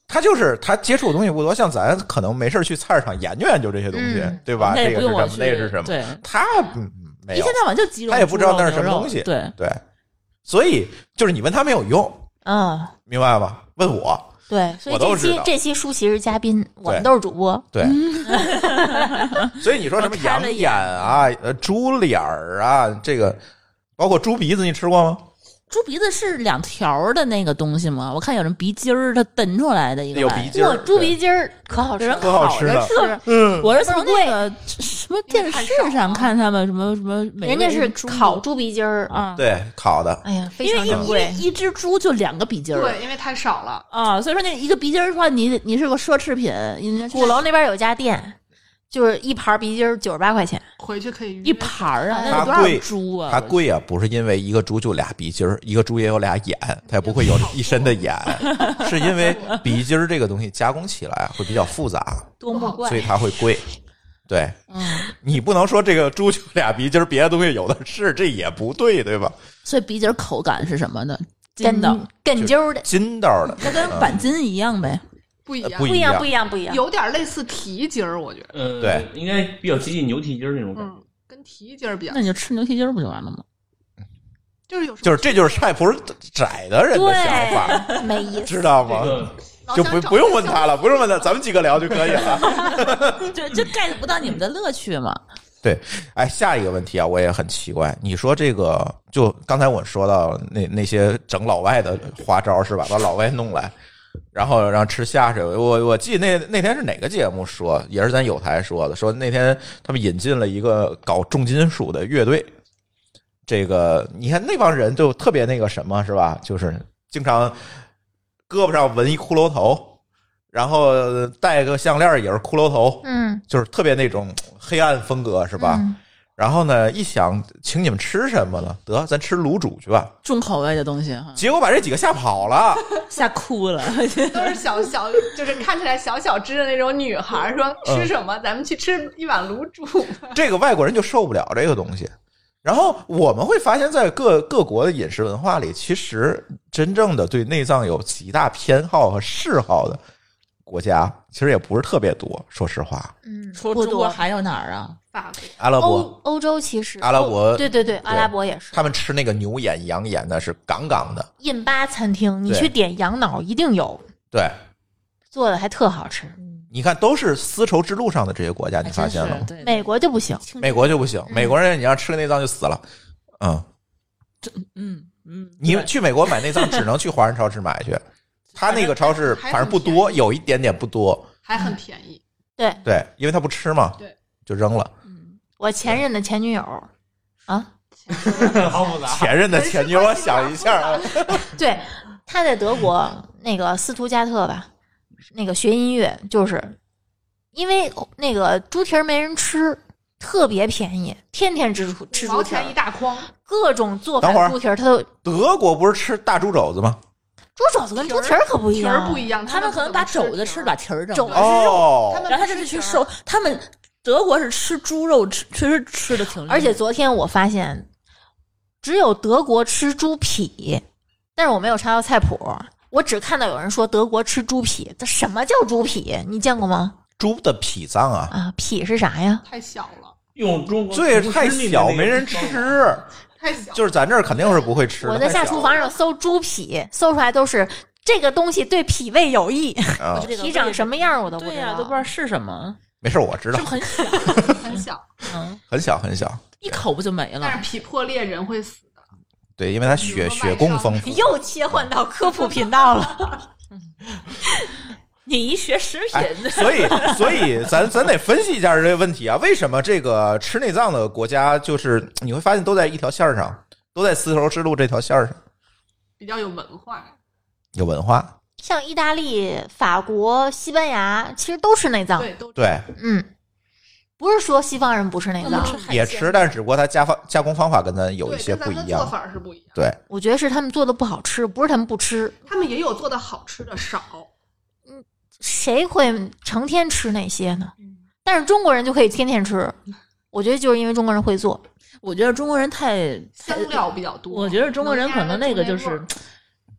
他就是他接触的东西不多，像咱可能没事去菜市场研究研究这些东西， 嗯、 对吧？ 那这个是什么？ 不用我去那是什么？ 对， 他没有， 一天到晚就鸡肉， 他也不知道那是什么东西。 对对，所以就是你问他没有用， 嗯， 明白吗？问我， 对，所以我都知道这期这期舒淇是嘉宾，我们都是主播。 对，所以你说什么羊眼啊、呃猪脸儿啊，这个包括猪鼻子，你吃过吗？ 猪鼻子是两条的那个东西吗？我看有人鼻筋儿，它蹬出来的一个有玩意儿， 鼻筋儿， 猪鼻筋儿可好吃了， 可好吃了。 是， 嗯， 我是从那个什么电视上看他们什么什么美味， 人家是烤猪鼻筋儿啊， 对，烤的。 哎呀，非因为常珍贵。 因为一只猪就两个鼻筋儿， 对，因为太少了啊，所以说那一个鼻筋儿的话，你你是个奢侈品。 鼓楼那边有家店，就是一盘鼻筋儿九十八块钱， 回去可以预约一盘儿啊，那它有多少贵猪啊？ 它贵啊，不是因为一个猪就俩鼻筋儿，一个猪也有俩眼，它也不会有一身的眼，是因为鼻筋儿这个东西加工起来会比较复杂， 多么怪所以它会贵。对， 嗯， 你不能说这个猪就俩鼻筋儿，别的东西有的是，这也不对，对吧？ 所以鼻筋儿口感是什么的？筋道， 跟跟揪的， 筋道的， 那跟板筋一样呗。 不一样， 不不一样，不一样，不一样。 有点类似蹄筋儿，我觉得， 呃， 对， 应该比较接近牛蹄筋儿那种感觉。 嗯，跟蹄筋儿比较那，你就吃牛蹄筋儿不就完了吗？ 就是有时候就是这就是菜谱窄的人的想法， 对，没意思。 知道吗？ 这个老想找就不不用问他了，不用问他，咱们几个聊就可以了。 这这 get 不到你们的乐趣嘛？ 对，哎，下一个问题啊，我也很奇怪。你说这个，就刚才我说到那那些整老外的花招是吧？把老外弄来，然后让吃下水。我我记得那那天是哪个节目说，也是咱有台说的，说那天他们引进了一个搞重金属的乐队。这个你看那帮人就特别那个什么是吧？就是经常胳膊上纹一骷髅头，然后戴个项链也是骷髅头， 嗯， 就是特别那种黑暗风格是吧？ 嗯然后呢，一想请你们吃什么呢？得，咱吃卤煮去吧。 重口味的东西哈， 结果把这几个吓跑了。 吓哭了。 都是小小，就是看起来小小只的那种女孩，说吃什么？咱们去吃一碗卤煮。 这个外国人就受不了这个东西。然后我们会发现，在各各国的饮食文化里，其实真正的对内脏有极大偏好和嗜好的国家，其实也不是特别多。说实话， 嗯， 除了不多。 中国还有哪儿啊？ 法国阿拉伯欧欧洲其实阿拉伯欧对对对，阿拉伯也是。 他们吃那个牛眼、羊眼的是杠杠的。 印巴餐厅，你对去点羊脑一定有， 对， 做的还特好吃。 你看都是丝绸之路上的这些国家，你发现了吗？ 对， 美国就不行， 美国就不行，美国人你要吃了内脏就死了。嗯， 嗯嗯， 你去美国买内脏只能去华人超市买去，他那个超市反正不多，有一点点不多。 还很便宜。 对对，因为他不吃嘛， 对， 就扔了。 我前任的前女友啊， 好复杂。 前任的前女友，我想一下啊， 对，他在德国那个斯图加特吧，那个学音乐，就是因为那个猪蹄儿没人吃，特别便宜，天天吃猪吃猪蹄儿五毛钱一，大筐， 各种做法等会儿猪蹄儿，他都德国不是吃大猪肘子吗？ 猪肘子跟猪蹄儿可不一皮样， 儿不一样， 他们可能把肘肘子吃，把蹄儿扔肘了子是肉， 哦他，们然后他就是去收，他们德国是吃猪肉，吃确实吃的挺厉害， 而且昨天我发现，只有德国吃猪脾，但是我没有查到菜谱，我只看到有人说德国吃猪脾。这什么叫猪脾？你见过吗？ 猪的脾脏啊， 啊，脾是啥呀？ 太小了， 用中国这太小， 厨师里面那个没人方法。 吃。 太小了。 就是咱这儿肯定是不会吃的。 我在下厨房上搜猪脾，搜出来都是这个东西对脾胃有益， 啊， 这个脾长什么样我都不知道。 对呀、都不知道是什么， 没事，我知道是不，是很小？ 很小， 嗯， 很小很小。 一口不就没了但？是脾破裂人会死的。 对，因为它血血供丰富。 又切换到科普频道了。 你一学食品， 哎，所以，所以咱咱得分析一下这个问题啊，为什么这个吃内脏的国家，就是你会发现都在一条线上，都在丝绸之路这条线上， 比较有文化。 有文化。 像意大利、法国、西班牙，其实都吃内脏。 对，都对， 嗯，不是说西方人不吃内脏， 也吃，但是只不过它加方加工方法跟咱有对一些跟咱们做不一样。 法是不一样。 对， 我觉得是他们做的不好吃，不是他们不吃。 他们也有做的好吃的少， 谁会成天吃那些呢？但是中国人就可以天天吃，我觉得就是因为中国人会做。 我觉得中国人太香料比较多。 我觉得中国人可能那个就是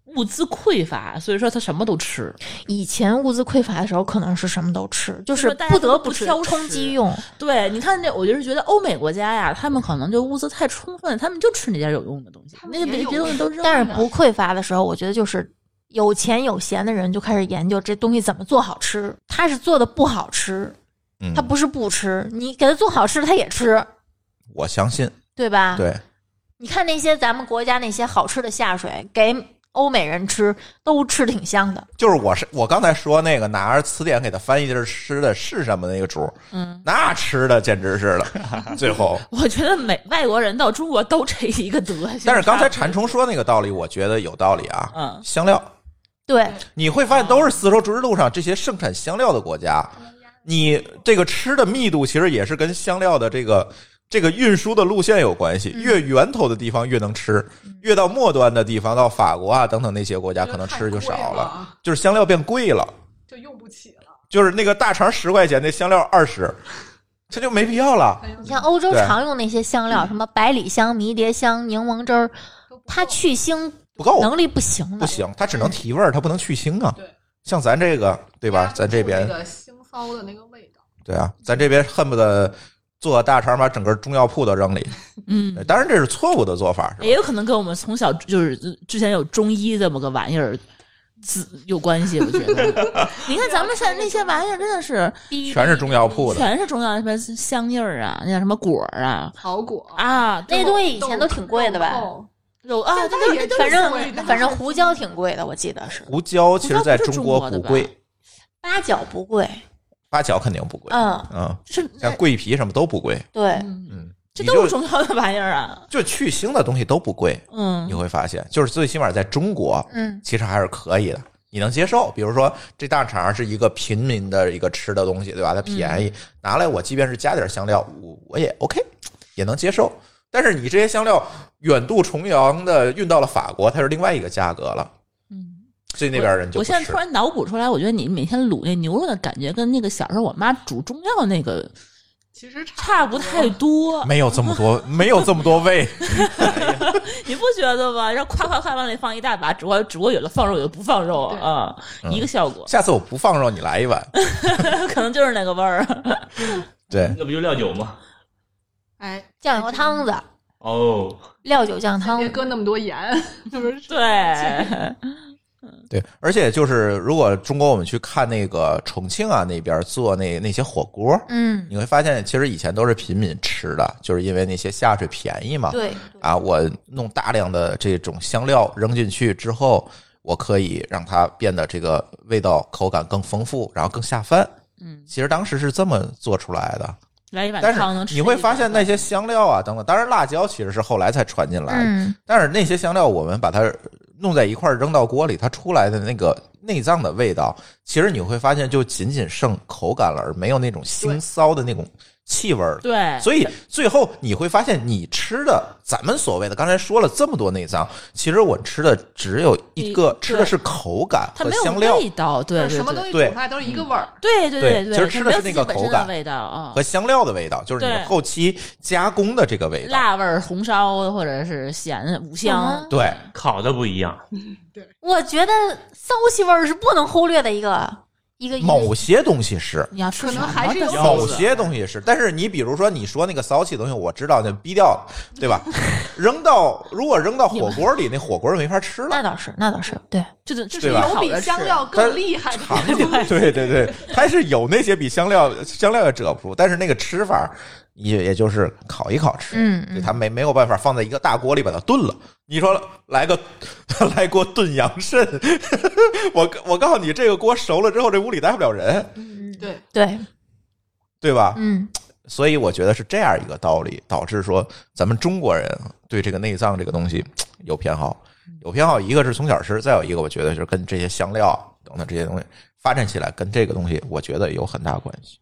物资匮乏，所以说他什么都吃。 以前物资匮乏的时候，可能是什么都吃，就是不得不吃，充饥用。 对，你看这，我就是觉得欧美国家呀，他们可能就物资太充分，他们就吃那点有用的东西，那些别别东西都扔。 但是不匮乏的时候，我觉得就是有钱有闲的人就开始研究这东西怎么做好吃。他是做的不好吃， 嗯， 他不是不吃，你给他做好吃，他也吃。 我相信， 对吧？ 对。 你看那些咱们国家那些好吃的下水，给欧美人吃都吃挺香的。 就是我是我刚才说那个拿着词典给他翻译的吃的是什么那个猪， 嗯， 那吃的简直是了。最后， 我觉得每外国人到中国都这一个德行。 但是刚才馋虫说那个道理，我觉得有道理啊。 嗯， 香料， 对， 你会发现都是丝绸之路上这些盛产香料的国家，你这个吃的密度其实也是跟香料的这个。这个运输的路线有关系，越源头的地方越能吃，越到末端的地方，到法国啊等等那些国家可能吃就少了，就是香料变贵了， 就用不起了。 就是那个大肠十块钱，那香料二十，这就没必要了。 你像欧洲常用那些香料，什么百里香、迷迭香、柠檬汁儿，它去腥不够， 能力不行的， 不行，它只能提味儿，它不能去腥啊。 对， 像咱这个，对吧？咱这边那个腥骚的那个味道。 对啊，咱这边恨不得。做大肠把整个中药铺都扔里， 嗯， 当然这是错误的做法， 也有可能跟我们从小就是之前有中医这么个玩意儿有关系。我觉得，你看咱们现在那些玩意儿真的是全是中药铺的， 全是中药，什么香叶儿啊，那叫什么果儿啊， 草果啊， 那些东西以前都挺贵的吧？ 有啊， 那反正反正胡椒挺贵的，我记得是。 胡椒其实在中国不贵， 八角不贵。 八角肯定不贵， 嗯嗯，像桂皮什么都不贵， 对， 嗯， 这都是中药的玩意儿啊， 就去腥的东西都不贵， 嗯， 你会发现，就是最起码在中国， 嗯， 其实还是可以的，你能接受。比如说这大肠是一个平民的一个吃的东西，对吧？它便宜，拿来我即便是加点香料，我我也 OK， 也能接受。但是你这些香料远渡重洋的运到了法国，它是另外一个价格了，嗯。所以那边人就我现在突然脑补出来，我觉得你每天卤那牛肉的感觉跟那个小时候我妈煮中药那个其实差不太多， 没有这么多，没有这么多味， 你不觉得吗？然后夸夸夸往里放一大把，只不过只不过有的放肉，有的不放肉啊，嗯、一个效果。 下次我不放肉，你来一碗， 可能就是那个味儿。 对， 那不就料酒吗？ 哎， 酱油汤子哦， 料酒酱汤， 别搁那么多盐，是不是？ 对。 对，而且就是如果中国我们去看那个重庆啊那边做那那些火锅， 嗯， 你会发现其实以前都是平民吃的，就是因为那些下水便宜嘛。 对啊，我弄大量的这种香料扔进去之后，我可以让它变得这个味道口感更丰富，然后更下饭。 嗯， 其实当时是这么做出来的。 来一碗但汤能吃是你会发现那些香料啊等等，当然辣椒其实是后来才传进来的， 嗯， 但是那些香料我们把它弄在一块扔到锅里，它出来的那个内脏的味道，其实你会发现就仅仅剩口感了，而没有那种腥骚的那种气味儿。 对， 所以最后你会发现，你吃的咱们所谓的刚才说了这么多内脏，其实我吃的只有一个，吃的是口感和香料， 它没有味道，对对对， 什么东西煮出来都是一个味儿。 对对对对，其实吃的是那个口感味道啊， 和香料的味道，就是你后期加工的这个味道， 辣味、红烧或者是咸五香， 对， 烤的不一样。 对， 我觉得骚气味儿是不能忽略的一个一个。 某些东西是， 你要吃可能还是有某些东西是，但是你比如说你说那个骚气的东西，我知道那逼掉了，对吧？扔到如果扔到火锅里，那火锅就没法吃了。 那倒是，那倒是，对， 这这是有比香料更厉害的。 对对对，它是有那些比香料香料也遮不住，但是那个吃法也也就是烤一烤吃， 嗯， 对，它没没有办法放在一个大锅里把它炖了。你说来个来锅炖羊肾，我我告诉你，这个锅熟了之后，这屋里待不了人。 嗯，对对对吧？ 嗯， 所以我觉得是这样一个道理，导致说咱们中国人对这个内脏这个东西有偏好，有偏好。一个是从小吃，再有一个我觉得是跟这些香料等等这些东西发展起来，跟这个东西我觉得有很大关系。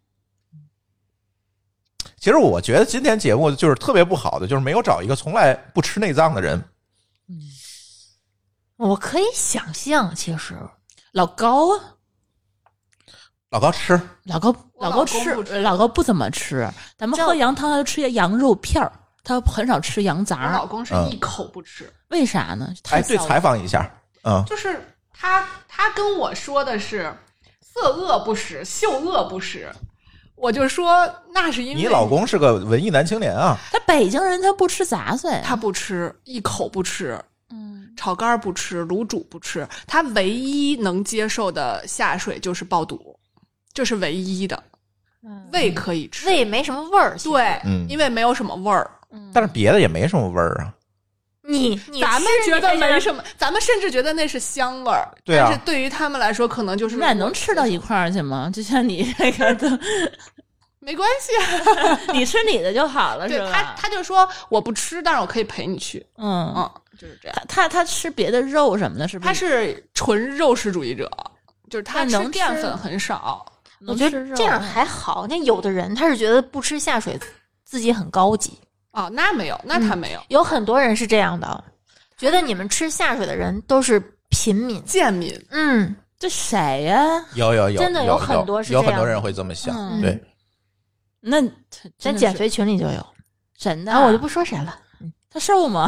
其实我觉得今天节目就是特别不好的，就是没有找一个从来不吃内脏的人。 嗯，我可以想象，其实老高啊， 老高吃， 老高老高吃，老高不怎么吃。咱们喝羊汤，他就吃些羊肉片儿，他很少吃羊杂。 我老公是一口不吃， 为啥呢？ 哎，对，采访一下。 嗯， 就是他他跟我说的是色恶不食，嗅恶不食。我就说那是因为你老公是个文艺男青年啊。 他北京人他不吃杂碎， 他不吃，一口不吃， 嗯， 炒肝不吃，卤煮不吃，他唯一能接受的下水就是爆肚，这是唯一的。 嗯胃可以吃， 胃没什么味儿。其实对， 嗯因为没有什么味儿。 但是别的也没什么味儿啊。 你你咱们吃觉得你还没什么，咱们甚至觉得那是香味儿。 对啊但是对于他们来说，可能就是你俩能吃到一块儿去吗？就像你这个的， 没关系啊。 你吃你的就好了，是吧？ 对他，他就说我不吃，但是我可以陪你去。 嗯嗯，就是这样。 他他他吃别的肉什么的，是不是？ 他是纯肉食主义者，就是他吃那能吃淀粉很少。 我觉得这样还好。那有的人他是觉得不吃下水自己很高级哦，那没有，那他没有。 有很多人是这样的，觉得你们吃下水的人都是平民、 贱民。 嗯， 这谁呀？ 有有有， 真的有有很多是有这样很多人会这么想。 嗯对， 那咱减肥群里就有， 真的， 然后我就不说谁了。 他瘦吗？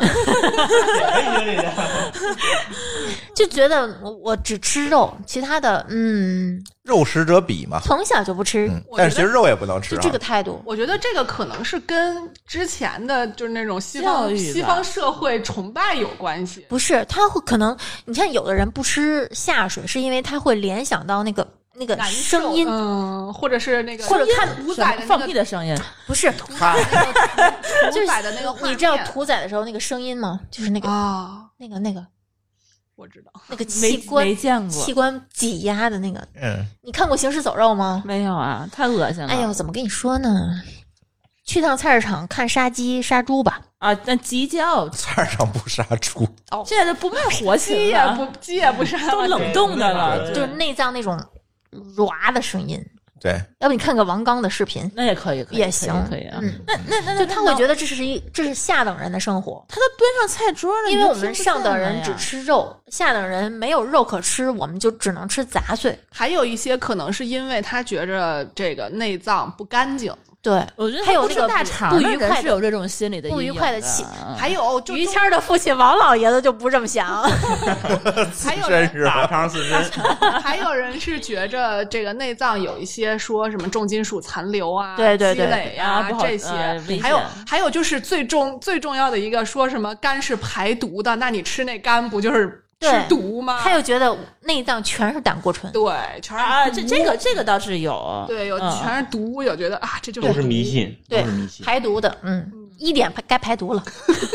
就觉得我我只吃肉，其他的嗯， 肉食者鄙嘛。 从小就不吃， 嗯， 我觉得但是其实肉也不能吃啊。 就这个态度。 我觉得这个可能是跟之前的就是那种西方教育吧西方社会崇拜有关系。 不是，他会可能你看，有的人不吃下水，是因为他会联想到那个那个难受声音， 嗯，或者是那个， 或者看屠宰的那放个屁的声音， 不是嗨， 屠宰的那个画面， 你知道屠宰的时候那个声音吗？就是那个、 啊， 那个那个我知道。 那个没器官没见过器官挤压的那个， 嗯， 你看过《行尸走肉》吗？ 没有啊，太恶心了。 哎呦，怎么跟你说呢？去趟菜市场看杀鸡杀猪吧。 啊，那鸡叫菜上不杀猪。 现在都不卖活鸡禽了， 也不鸡也不杀， 都冷冻的了， 就是内脏那种唰的声音。 对， 要不你看个王刚的视频那也可以，可以也行， 可以可以啊。 嗯， 那那那就他会觉得得这是一这是下等人的生活， 他都端上菜桌了， 因为我们你都听不上等见了呀人只吃肉，下等人没有肉可吃，我们就只能吃杂碎。 还有一些可能是因为他觉着这个内脏不干净， 对， 我觉得还有那个不吃大肠不的人愉快的是有这种心理的不愉阴影的快的气嗯还有就于谦儿的父亲王老爷子就不这么想。 还有真人是大肠刺身， 还有人是觉着这个内脏有一些说什么重金属残留啊、 对对对积累啊不好这些呃危， 还有险还有就是最重最重要的一个说什么肝是排毒的，那你吃那肝不就是吃对毒吗？ 他又觉得内脏全是胆固醇， 对，全是啊， 毒这这个这个倒是有， 对有嗯全是毒，有觉得啊这就是都是毒迷信，都对是迷信。 排毒的，嗯，一点排该排毒了。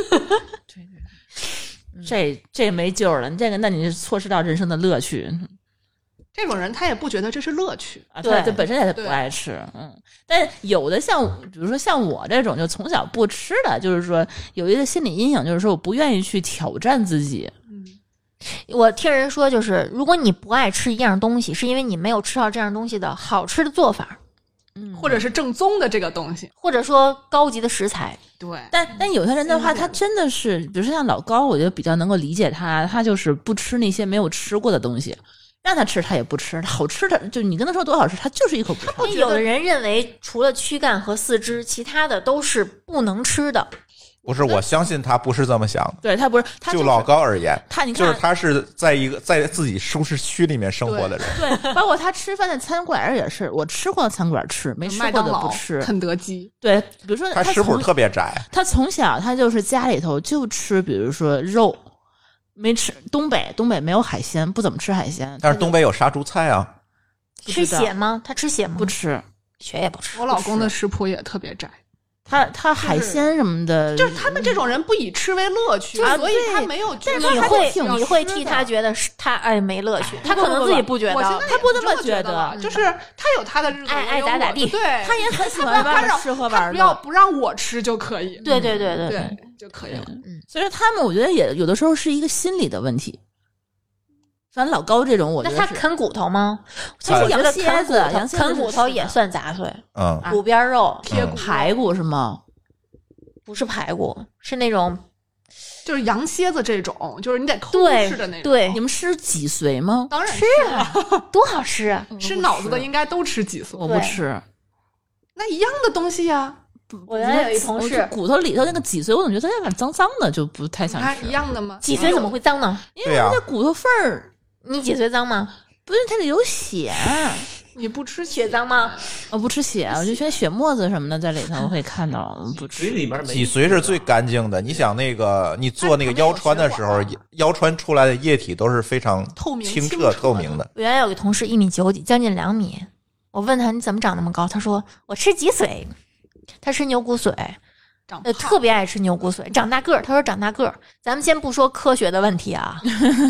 这这没救了，你这个那你错失到人生的乐趣这种人他也不觉得这是乐趣。 啊！ 对他这本身也不对爱吃，嗯。但有的像比如说像我这种就从小不吃的，就是说有一个心理阴影，就是说我不愿意去挑战自己。 我听人说，就是如果你不爱吃一样东西，是因为你没有吃到这样东西的好吃的做法， 嗯， 或者是正宗的这个东西， 或者说高级的食材。 对， 但但有些人的话， 是这样他真的是，比如说像老高，我觉得比较能够理解他，他就是不吃那些没有吃过的东西，让他吃他也不吃，好吃的就你跟他说多好吃，他就是一口不尝。 因为有的人认为，除了躯干和四肢，其他的都是不能吃的。 不是，我相信他不是这么想的。 对他不是，他就是老高而言， 他，你看就是他是在一个在自己舒适区里面生活的人。 对，包括他吃饭的餐馆也是，我吃过的餐馆吃，没吃过麦当劳的不吃。 肯德基， 对，比如说他食谱从特别窄， 他从小他就是家里头就吃，比如说肉，没吃东北东北没有海鲜，不怎么吃海鲜， 但是东北有杀猪菜啊。 吃不知道血吗？他吃血吗？ 不吃。 血也不吃。 我老公的食谱也特别窄， 他他海鲜什么的， 就是他们这种人不以吃为乐趣， 啊所以他没有觉得你会挺你会吃的替他觉得是他哎没乐趣，他不不不可能自己不觉得我现在。 他不那么这觉觉得了就是他有他的日子， 爱爱我有咋咋地我对， 他也很喜他欢外面他让吃喝玩他不要乐。 不让我吃就可以， 对对对对对就可以了。 所以他们我觉得也有的时候是一个心理的问题。反正老高这种，我觉得是那他啃骨头吗？其他实我觉得羊蝎子啃骨头羊蝎子啃骨头是的也算杂碎， 嗯， 骨边肉贴骨排骨是吗？ 不是排骨，是那种就是羊蝎子这种，就是你得抠对吃的那种。 对你，们吃脊髓吗？ 当然是啊，多好吃啊！ 吃脑子的应该都吃脊髓， 我不吃。 那一样的东西呀。 我原来有一同事， 骨头里头那个脊髓，我总觉得它有点脏脏的，就不太想吃。 你看一样的吗？ 脊髓怎么会脏呢？ 因为那骨头缝儿， 你脊髓脏吗？ 不是，它里有血。 你不吃血脏吗？ 我不吃血，我就觉得血沫子什么的在里头我会看到，不吃。 里边脊髓是最干净的。你想那个，你做那个腰穿的时候，腰穿出来的液体都是非常透明、 清澈、透明的。 我原来有个同事一米九几，将近两米。我问他你怎么长那么高？他说我吃脊髓，他吃牛骨髓。呃，特别爱吃牛骨髓，长大个儿。他说长大个儿，咱们先不说科学的问题啊，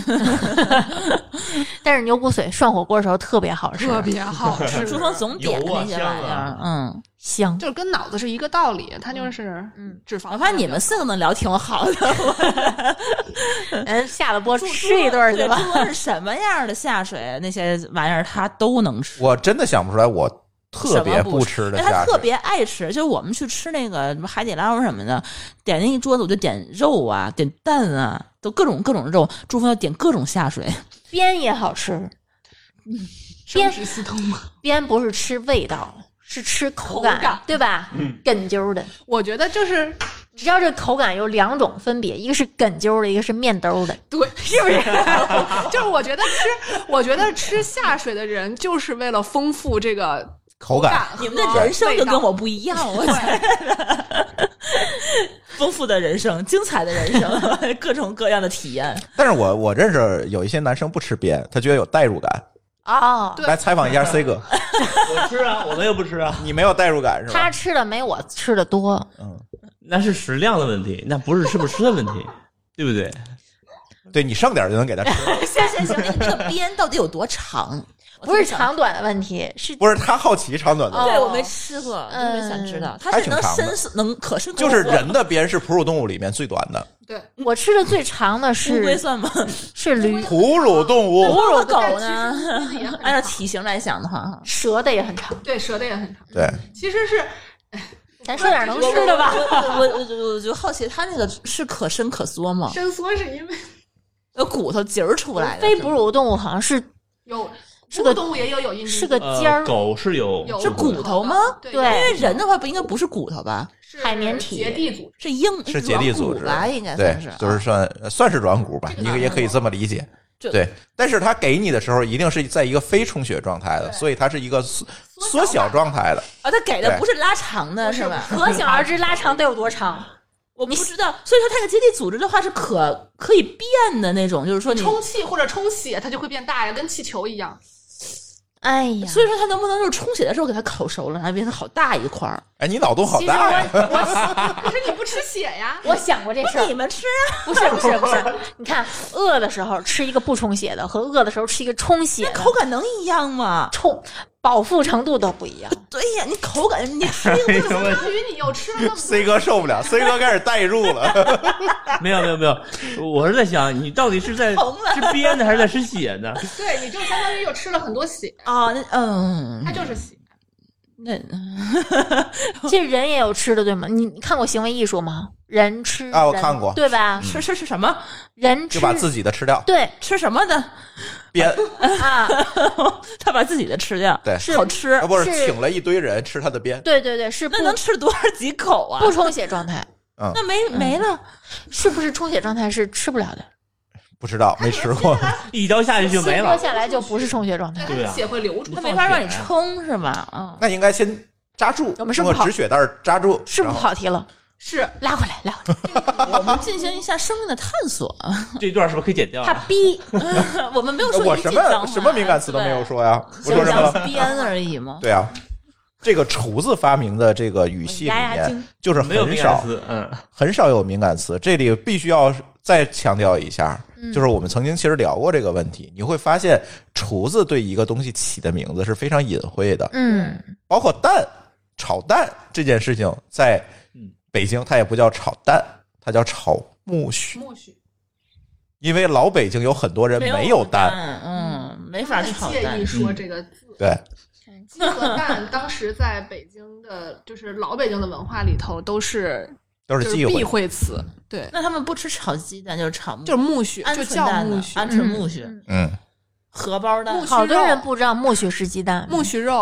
但是牛骨髓涮火锅的时候特别好吃， 特别好吃。 朱峰总点那些玩意儿，嗯，香， 就是跟脑子是一个道理，它就是嗯脂肪。 我发现你们四个能聊挺好的， 嗯，下了播吃一顿去吧。 不论是什么样的下水那些玩意儿，他都能吃。 我真的想不出来我。特别不吃的下水， 他特别爱吃。就是我们去吃那个什么海底捞什么的，点那一桌子我就点肉啊，点蛋啊，都各种各种肉。朱峰要点各种下水， 边也好吃。 嗯， 边食系统吗？ 边不是吃味道，是吃口感， 口感对吧？ 嗯， 哏揪的。 我觉得就是， 你知道这口感有两种分别，一个是哏揪的，一个是面兜的， 对，是不是？就是我觉得吃，我觉得吃下水的人就是为了丰富这个。 口感， 你们的人生就跟我不一样，我觉得丰富的人生，精彩的人生，各种各样的体验。 但是我我认识有一些男生不吃边，他觉得有代入感。 哦， 来采访一下 C 哥， 我吃啊，我们又不吃啊。 你没有代入感是吧？ 他吃的没我吃的多， 嗯， 那是食量的问题，那不是吃不吃的问题，对不对？ 对你剩点就能给他吃。 行行行，那个那个边到底有多长？ 不是长短的问题，是不是他好奇长短的问题？ 对，我没吃过，特别想知道。它是能伸能可伸， 就是人的边是哺乳动物里面最短的。 对， 我吃的最长的是乌龟算吗？ 是驴。 哺乳动物， 哺乳狗呢？按照体型来讲的话， 蛇的也很长。 对，蛇的也很长。 对， 其实是。 咱说点能吃的吧。 我我我我就好奇，它那个是可伸可缩吗？ 伸缩是因为有骨头节儿出来的。 非哺乳动物好像是有。 是个动物也有有阴茎， 是个尖儿、 呃。狗是有， 有是骨头吗？ 对， 因为人的话不应该不是骨头吧？ 海绵体、 结缔组织是硬， 是结缔组织吧？应该算是， 就是算算是软骨吧，你也可以这么理解。对，但是它给你的时候一定是在一个非充血状态的，所以它是一个缩缩小状态的。 啊，它给的不是拉长的，是吧？ 可想而知，拉长得有多长？ 我不知道，所以说它这个结缔组织的话是可可以变的那种，就是说你充气或者充血，它就会变大呀，跟气球一样。 哎呀， 所以说它能不能就是充血的时候给它烤熟了，然后变成好大一块儿？ 哎，你脑洞好大呀！ 可是你不吃血呀？ 我想过这事儿。 你们吃啊？ 不是不是不是，你看饿的时候吃一个不充血的，和饿的时候吃一个充血的， 口感能一样吗？ 充饱腹程度都不一样。 对呀，你口感你吃一个不相当于你又吃了那么多。 C 哥受不了 ，C 哥开始代入了。 没有没有没有，我是在想你到底是在吃边的还是在吃血呢？ 对，你就相当于又吃了很多血啊，那嗯， 它就是血。 那其实人也有吃的，对吗？你你看过行为艺术吗？人吃啊，我看过， 对吧？ 吃吃吃什么？ 人吃就把自己的吃掉。 对， 吃什么的？ 边啊， 他把自己的吃掉， 对， 是好吃。 啊，不是请了一堆人吃他的边。 对对对，是那能吃多少几口啊？ 不充血状态， 嗯， 那没没了， 是不是充血状态是吃不了的？ 不知道，没吃过。 一刀下去就没了， 喝下来就不是充血状态， 对啊， 血会流出， 它没法让你冲是吧？啊， 那应该先扎住， 我们是用个止血带扎住， 是不是跑题了？ 是拉回来，拉回来。 我们进行一下生命的探索。 这一段是不是可以剪掉？ 他逼， 我们没有说我什么什么敏感词都没有说呀，我说什么了？ 编而已吗？ 对啊，这个厨子发明的这个语系里面，就是很少， 嗯， 很少有敏感词。这里必须要再强调一下，就是我们曾经其实聊过这个问题，你会发现厨子对一个东西起的名字是非常隐晦的， 嗯， 包括蛋。炒蛋这件事情在北京它也不叫炒蛋，它叫炒木须。 木须， 因为老北京有很多人没有蛋， 嗯，没法炒蛋。 介意说这个字。 对， 鸡和蛋当时在北京的，就是老北京的文化里头都是都是忌避讳词。对， 那他们不吃炒鸡蛋，就是炒木， 就是木须，就叫木须， 鹌鹑木须， 嗯， 荷包蛋。 好多人不知道木须是鸡蛋， 木须肉。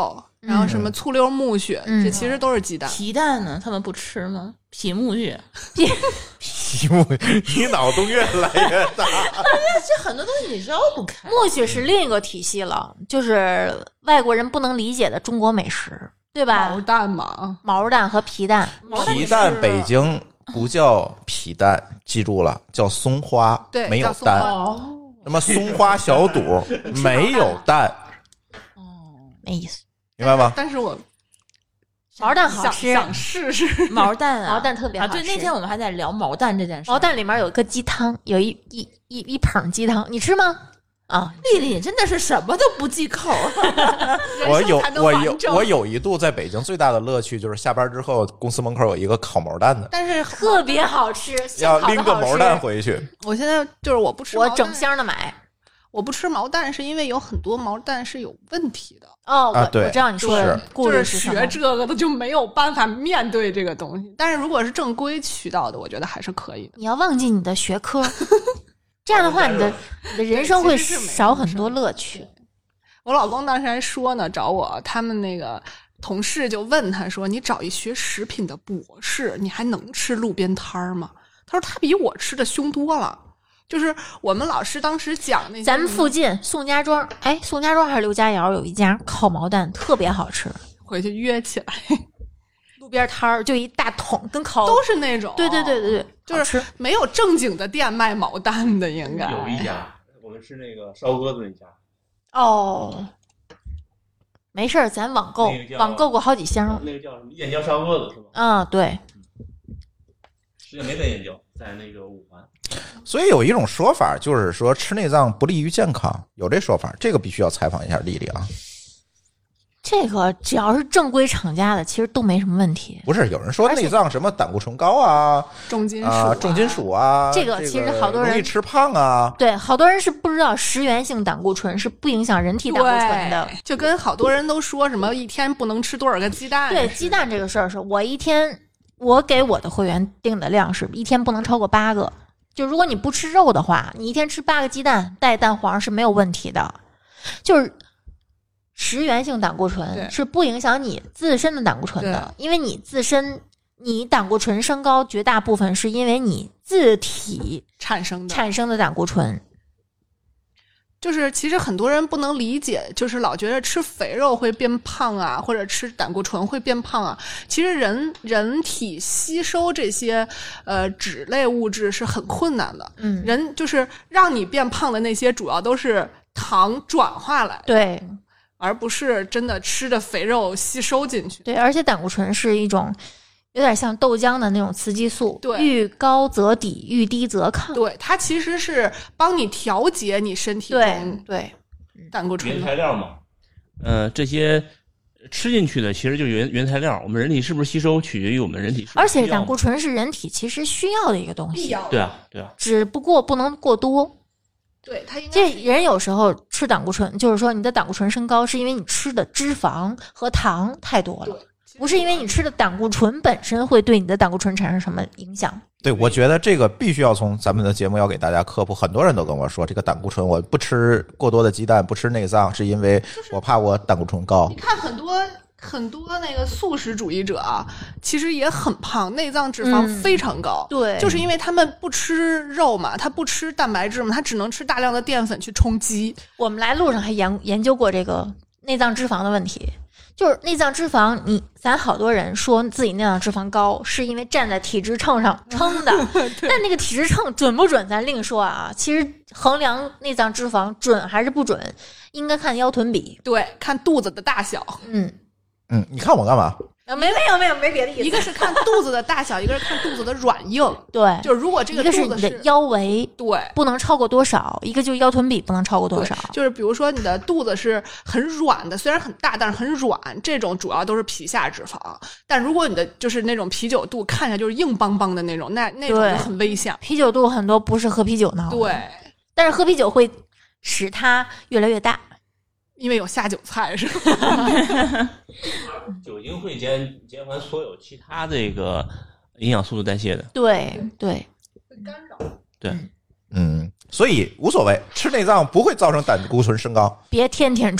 然后什么醋溜木屑， 嗯这其实都是鸡蛋。 皮蛋呢？他们不吃吗？皮木屑， 题目你脑洞越来越大。 这很多东西你绕不开。 苜蓿是另一个体系了，就是外国人不能理解的中国美食，对吧？ 毛蛋嘛， 毛蛋和皮蛋， 皮蛋北京不叫皮蛋，记住了，叫松花， 对， 没有叫松花蛋。 哦那么松花小肚没有蛋， 哦， 没意思。 明白吗？ 但是我毛蛋好想吃， 想试试。 毛蛋啊， 毛蛋特别啊！ 好吃。 对，那天我们还在聊毛蛋这件事。 毛蛋里面有一个鸡汤，有一一一一捧鸡汤，你吃吗？啊， 丽丽真的是什么都不忌口。 我有人生才能我有完整我有一度在北京最大的乐趣就是下班之后，公司门口有一个烤毛蛋的， 但是特别好吃， 要拎个现烤的好吃毛蛋回去。 我现在就是我不吃毛蛋， 我整箱的买。 我不吃毛蛋是因为有很多毛蛋是有问题的， 哦，我、 啊对我知道你说的是故就是事什么学这个的就没有办法面对这个东西。但是如果是正规渠道的，我觉得还是可以的。 你要忘记你的学科，这样的话，你的你的人生会其实是没少很多乐趣。 我老公当时还说呢，找我他们那个同事就问他说：“你找一学食品的博士，你还能吃路边摊儿吗？”他说他比我吃的凶多了。就是我们老师当时讲那些， 咱们附近宋家庄，哎，宋家庄还是刘家窑有一家烤毛蛋特别好吃， 回去约起来， 路边摊儿就一大桶，跟烤都是那种， 对对对对对， 就是没有正经的店卖毛蛋的，应该有一家，我们吃那个烧鸽子那家， 哦。没事儿，咱网购那个叫网购过好几箱。 那个叫什么燕郊烧鸽子是吧？ 嗯，对， 实际上没在燕郊，在那个五环。 所以有一种说法就是说吃内脏不利于健康，有这说法，这个必须要采访一下丽丽啊。 这个只要是正规厂家的，其实都没什么问题。 不是有人说内脏什么胆固醇高啊， 重金属啊，重金属啊， 这个其实好多人容易吃胖啊。 对，好多人是不知道食源性胆固醇是不影响人体胆固醇的。 对，就跟好多人都说什么一天不能吃多少个鸡蛋。 对，鸡蛋这个事儿是我一天，我给我的会员定的量是一天不能超过八个。就如果你不吃肉的话，你一天吃八个鸡蛋带蛋黄是没有问题的。就是食源性胆固醇对是不影响你自身的胆固醇的，因为你自身你胆固醇升高绝大部分是因为你自体产生的。 产生的胆固醇。 就是其实很多人不能理解，就是老觉得吃肥肉会变胖啊，或者吃胆固醇会变胖啊。其实人人体吸收这些呃脂类物质是很困难的。 嗯， 人就是让你变胖的那些，主要都是糖转化来的， 对而不是真的吃的肥肉吸收进去。 对，而且胆固醇是一种有点像豆浆的那种雌激素， 对遇高则抵，遇低则抗。 对，它其实是帮你调节你身体对中对， 胆固醇的。 原材料嘛，呃，这些吃进去的其实就是原原材料，我们人体是不是吸收取决于我们人体是不是而且需要胆固醇是人体其实需要的一个东西， 对啊对啊， 只不过不能过多。 对，它应该这是人有时候吃胆固醇，就是说你的胆固醇升高，是因为你吃的脂肪和糖太多了，不是因为你吃的胆固醇本身会对你的胆固醇产生什么影响。 对，我觉得这个必须要从咱们的节目要给大家科普。很多人都跟我说，这个胆固醇我不吃过多的鸡蛋，不吃内脏，是因为我怕我胆固醇高你。看很多很多那个素食主义者啊，其实也很胖，内脏脂肪嗯非常高。 对就是因为他们不吃肉嘛，他不吃蛋白质嘛，他只能吃大量的淀粉去充饥。 我们来路上还研研究过这个内脏脂肪的问题，就是内脏脂肪，你咱好多人说自己内脏脂肪高，是因为站在体脂秤上称的，但那个体脂秤准不准咱另说啊。其实衡量内脏脂肪准还是不准，应该看腰臀比。 对，看肚子的大小， 嗯， 嗯，你看我干嘛？ 啊，没没有没有没别的意思， 一个是看肚子的大小，一个是看肚子的软硬。 对， 就是如果这一个肚子个是你的腰围对。 不能超过多少，一个就是腰臀比不能超过多少。 就是比如说你的肚子是很软的，虽然很大，但是很软，这种主要都是皮下脂肪。但如果你的就是那种啤酒肚，看起来就是硬邦邦的那种，那那种对就很危险。 啤酒肚很多不是喝啤酒闹的， 对， 但是喝啤酒会使它越来越大。 因为有下酒菜是吧？ 酒精会减减缓所有其他这个营养素的代谢的。 对对， 对， 嗯，所以无所谓，吃内脏不会造成胆固醇升高。 别天天吃，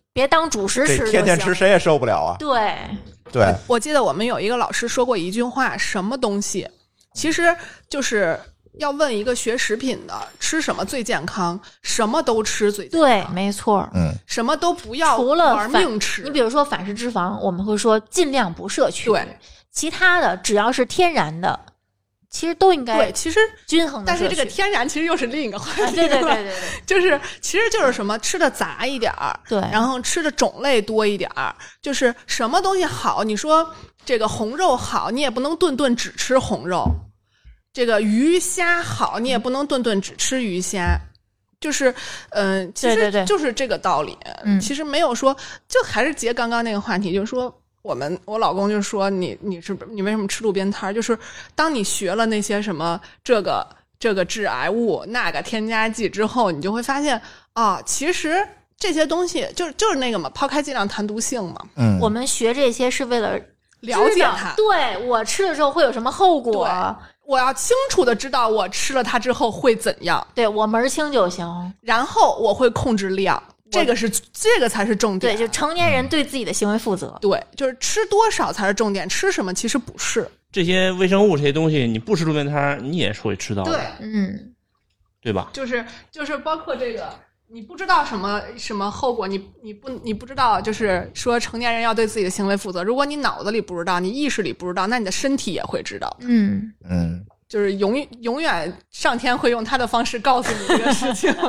别当主食吃就行， 这天天吃谁也受不了啊。 对对， 我记得我们有一个老师说过一句话，什么东西其实就是要问一个学食品的吃什么最健康，什么都吃最健康， 对，没错。 嗯， 什么都不要除了玩反命吃。 你比如说反式脂肪，我们会说尽量不摄取， 对， 其他的只要是天然的，其实都应该对，其实均衡的摄取。 但是这个天然其实又是另一个话题了、 啊，对对对对对， 就是其实就是什么吃的杂一点儿， 对， 然后吃的种类多一点儿，就是什么东西好，你说这个红肉好，你也不能顿顿只吃红肉。这个鱼虾好，你也不能顿顿只吃鱼虾，就是嗯、呃，其实就是这个道理。 嗯， 其实没有说，就还是接刚刚那个话题，就是说我们我老公就说你你是你为什么吃路边摊？就是当你学了那些什么这个这个致癌物、那个添加剂之后，你就会发现啊，其实这些东西就是就是那个嘛，抛开剂量谈毒性嘛。 嗯， 我们学这些是为了了解它， 对我吃的时候会有什么后果。 我要清楚的知道我吃了它之后会怎样， 对我门儿清就行， 然后我会控制量，这个是这个才是重点。 对，就成年人对自己的行为负责。 对，就是吃多少才是重点，吃什么其实不是。 这些微生物这些东西，你不吃路边摊，你也是会吃到的。 对， 嗯， 对吧？ 就是就是包括这个。你不知道什么什么后果，你你不你不知道，就是说成年人要对自己的行为负责。如果你脑子里不知道，你意识里不知道，那你的身体也会知道。 嗯嗯， 就是永永远上天会用他的方式告诉你这个事情。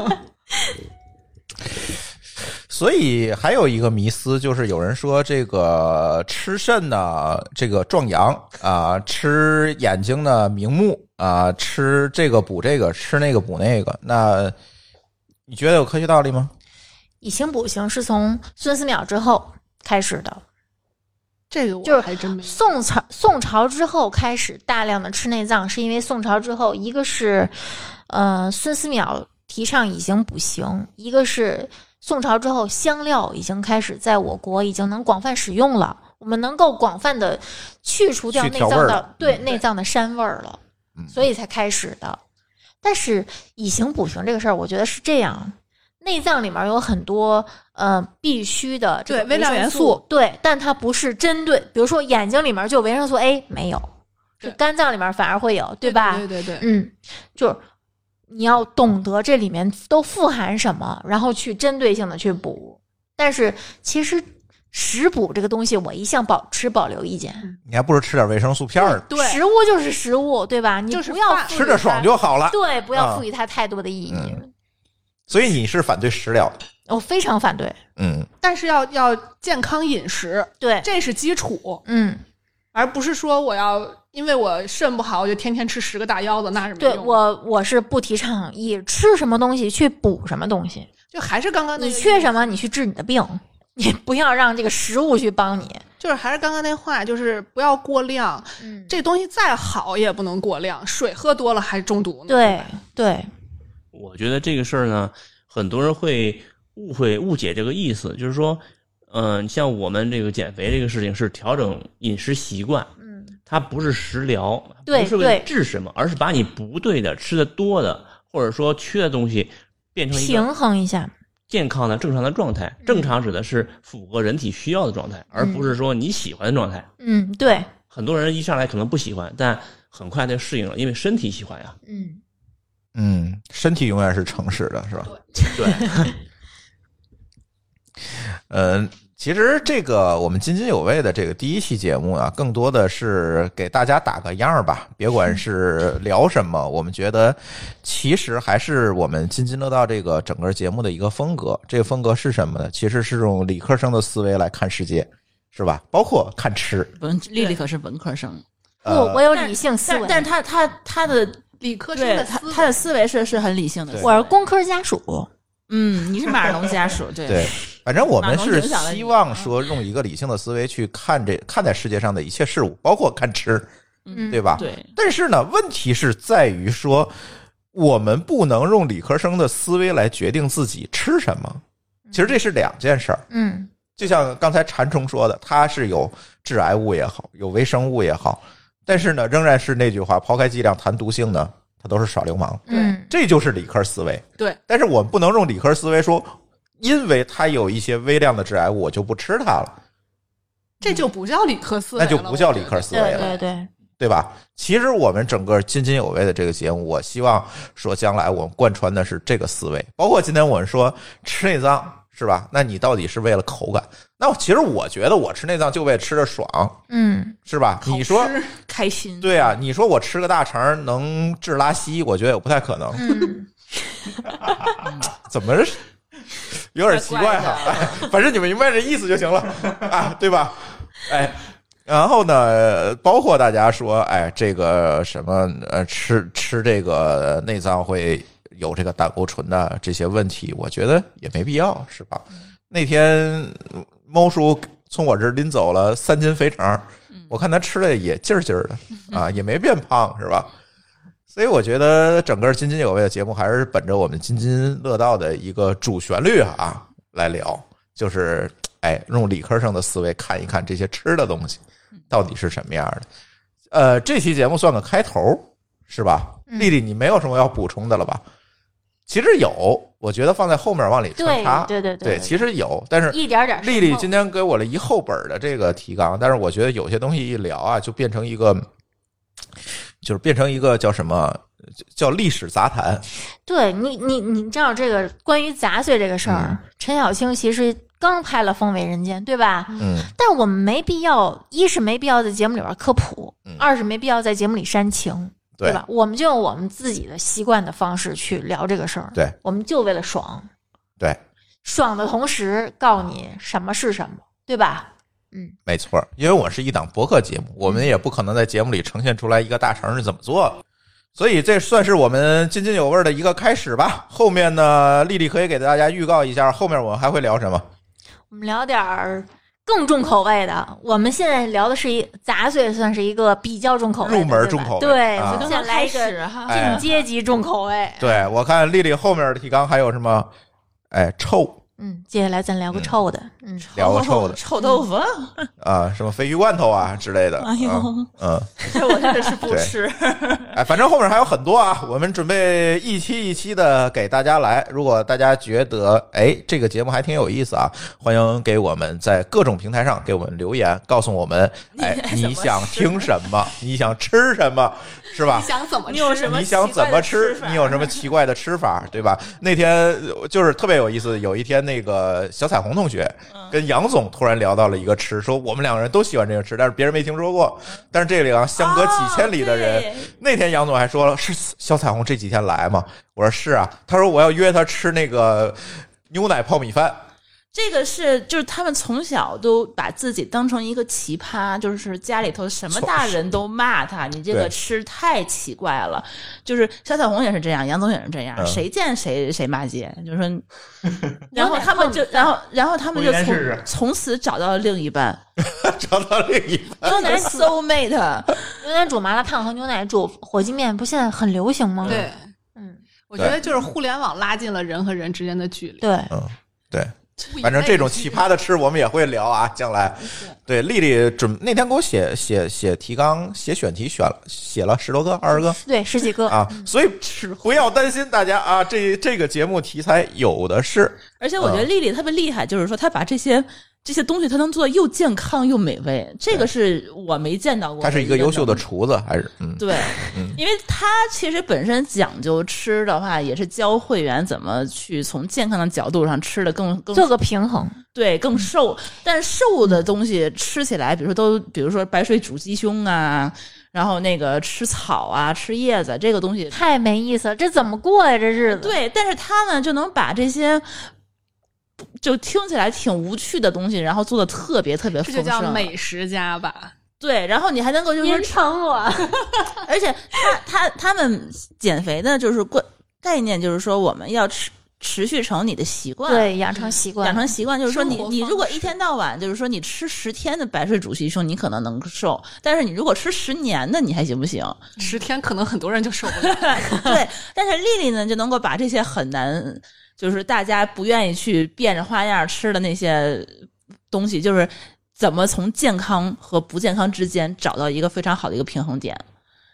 所以还有一个迷思，就是有人说这个吃肾呢，这个壮阳啊、呃，吃眼睛呢明目啊、呃，吃这个补这个，吃那个补那个，那。你觉得有科学道理吗？ 以形补形是从孙思邈之后开始的， 这个我就是还真没。 宋朝宋朝之后开始大量的吃内脏，是因为宋朝之后，一个是呃孙思邈提倡以形补形，一个是宋朝之后香料已经开始在我国已经能广泛使用了，我们能够广泛的去除掉内脏的对内脏的膻味儿了，所以才开始的。但是以形补形这个事儿，我觉得是这样，内脏里面有很多呃必须的这个微量元素， 对，但它不是针对，比如说眼睛里面就有维生素 A 没有，是肝脏里面反而会有，对吧？ 对对对， 嗯，就是你要懂得这里面都富含什么，然后去针对性的去补。但是其实食补这个东西，我一向保持保留意见。 你还不如吃点维生素片儿。 对， 食物就是食物，对吧？你不要吃着爽就好了。 对，不要赋予它太多的意义。 嗯、所以你是反对食疗的？ 我非常反对。 嗯， 但是要要健康饮食， 对， 这是基础。 嗯， 而不是说我要因为我肾不好，我就天天吃十个大腰子，那是没用的。 对，我我是不提倡以吃什么东西去补什么东西。 就还是刚刚那个， 你缺什么，你去治你的病。你不要让这个食物去帮你， 就是还是刚刚那话，就是不要过量。 嗯， 这东西再好也不能过量，水喝多了还中毒呢。 对对， 我觉得这个事儿呢，很多人会误会误解这个意思，就是说，嗯、呃，像我们这个减肥这个事情是调整饮食习惯， 嗯， 它不是食疗， 对， 不是为了治什么，而是把你不对的、吃的多的，或者说缺的东西变成一个平衡一下。 健康的正常的状态，正常指的是符合人体需要的状态，嗯、而不是说你喜欢的状态。 嗯，对。 很多人一上来可能不喜欢，但很快就适应了，因为身体喜欢呀。 嗯嗯，身体永远是诚实的，是吧？ 对。 嗯、呃，其实这个我们津津有味的这个第一期节目啊，更多的是给大家打个样吧，别管是聊什么，我们觉得其实还是我们津津乐道这个整个节目的一个风格。这个风格是什么呢？其实是用理科生的思维来看世界，是吧？包括看吃。 丽丽可是文科生， 不，我有理性思维， 但是他他他的理科生的思维， 他的思维是是很理性的。 我是工科家属。 嗯，你是马尔农家属，对对，反正我们是希望说用一个理性的思维去看这看待世界上的一切事物，包括看吃， 嗯， 对吧？ 对。 但是呢，问题是在于说，我们不能用理科生的思维来决定自己吃什么，其实这是两件事儿。 嗯， 就像刚才馋虫说的，它是有致癌物也好，有微生物也好，但是呢，仍然是那句话，抛开剂量谈毒性呢，它都是耍流氓。 嗯， 这就是理科思维。 对， 但是我们不能用理科思维说， 因为它有一些微量的致癌物，我就不吃它了， 这就不叫理科思维了， 那就不叫理科思维对了， 对对， 对吧？其实我们整个津津有味的这个节目，我希望说将来我们贯穿的是这个思维，包括今天我们说吃内脏是吧？那你到底是为了口感？那其实我觉得我吃内脏就为吃着爽， 嗯， 是吧？你说开心， 对啊，你说我吃个大肠能治拉稀，我觉得也不太可能。 嗯， 怎么有点奇怪哈？哎反正你们明白这意思就行了啊，对吧？哎。然后呢，包括大家说，哎，这个什么呃，吃吃这个内脏会有这个胆固醇的这些问题，我觉得也没必要，是吧？那天猫叔从我这儿拎走了三斤肥肠，我看他吃的也劲儿劲儿的啊，也没变胖，是吧？所以我觉得整个津津有味的节目还是本着我们津津乐道的一个主旋律啊来聊，就是哎，用理科生的思维看一看这些吃的东西到底是什么样的。呃，这期节目算个开头，是吧？丽丽，你没有什么要补充的了吧？其实有，我觉得放在后面往里穿插。 对对对对，其实有，但是一点点。 丽丽今天给我了一厚本的这个提纲，但是我觉得有些东西一聊啊，就变成一个，就是变成一个叫什么？叫历史杂谈。 对你，你你知道这个关于杂碎这个事儿，嗯、陈小青其实刚拍了《风味人间》，对吧？ 嗯。 但是我们没必要，一是没必要在节目里边科普， 嗯、 二是没必要在节目里煽情， 对, 对吧？我们就用我们自己的习惯的方式去聊这个事儿。 对， 我们就为了爽。 对， 爽的同时告诉你什么是什么，对吧？嗯， 没错，因为我是一档播客节目，我们也不可能在节目里呈现出来一个大肠是怎么做的。所以这算是我们津津有味的一个开始吧。后面呢，丽丽可以给大家预告一下，后面我们还会聊什么？ 我们聊点儿更重口味的。我们现在聊的是一杂碎，算是一个比较重口味的， 入门重口味。 对， 啊、 我们先来一个进阶级重口味。 哎、对，我看丽丽后面的提纲还有什么？哎，臭。 嗯，接下来咱聊个臭的，嗯， 嗯聊个臭的， 臭豆腐啊，什么鲱鱼罐头啊之类的。 哎呦， 嗯， 这我真的是不吃。 哎，反正后面还有很多啊，我们准备一期一期的给大家来。如果大家觉得哎这个节目还挺有意思啊，欢迎给我们在各种平台上给我们留言，告诉我们哎你想听什么，你想吃什么。是吧？ 你想怎么吃？ 你有什么？ 你想怎么吃？你有什么奇怪的吃法？对吧？那天就是特别有意思，有一天那个小彩虹同学跟杨总突然聊到了一个吃，说我们两个人都喜欢这个吃，但是别人没听说过。但是这里啊，相隔几千里的人，哦、那天杨总还说了，是小彩虹这几天来吗？我说是啊。他说我要约他吃那个牛奶泡米饭。 这个是就是他们从小都把自己当成一个奇葩，就是家里头什么大人都骂他，你这个吃太奇怪了。就是小彩虹也是这样，杨总也是这样，嗯、谁见谁谁骂街，就是说，然后他们就然后然后他们就从从此找到了另一半， 找到另一半， 牛奶 soul mate， 牛奶煮麻辣烫和牛奶煮火鸡面不现在很流行吗？ 对， 嗯， 我觉得就是互联网拉近了人和人之间的距离。 对， 嗯，对。反正这种奇葩的吃我们也会聊啊，将来。对，丽丽准那天给我写写写提纲，写选题选了写了十多个、二十个， 对，十几个啊。所以不要担心大家啊，这这个节目题材有的是。 而且我觉得丽丽特别厉害，就是说她把这些。这些东西它能做又健康又美味，这个是我没见到过。 他是一个优秀的厨子，还是嗯对，嗯，因为他其实本身讲究吃的话，也是教会员怎么去从健康的角度上吃的更更做个平衡， 对，更瘦。但是瘦的东西吃起来，比如说都，比如说白水煮鸡胸啊，然后那个吃草啊，吃叶子，这个东西太没意思了，这怎么过呀？这日子。 对，但是他呢就能把这些。就听起来挺无趣的东西，然后做的特别特别丰盛， 这就叫美食家吧？ 对，然后你还能够就是您疼我， 而且他他他们减肥的就是概念，就是说我们要持持续成你的习惯， 对，养成习惯， 养成习惯就是说你你如果一天到晚就是说你吃十天的白水煮鸡胸，你可能能瘦，但是你如果吃十年的，你还行不行？ 十天可能很多人就受不了。 对，但是丽丽呢就能够把这些很难。就是大家不愿意去变着花样吃的那些东西，就是怎么从健康和不健康之间找到一个非常好的一个平衡点。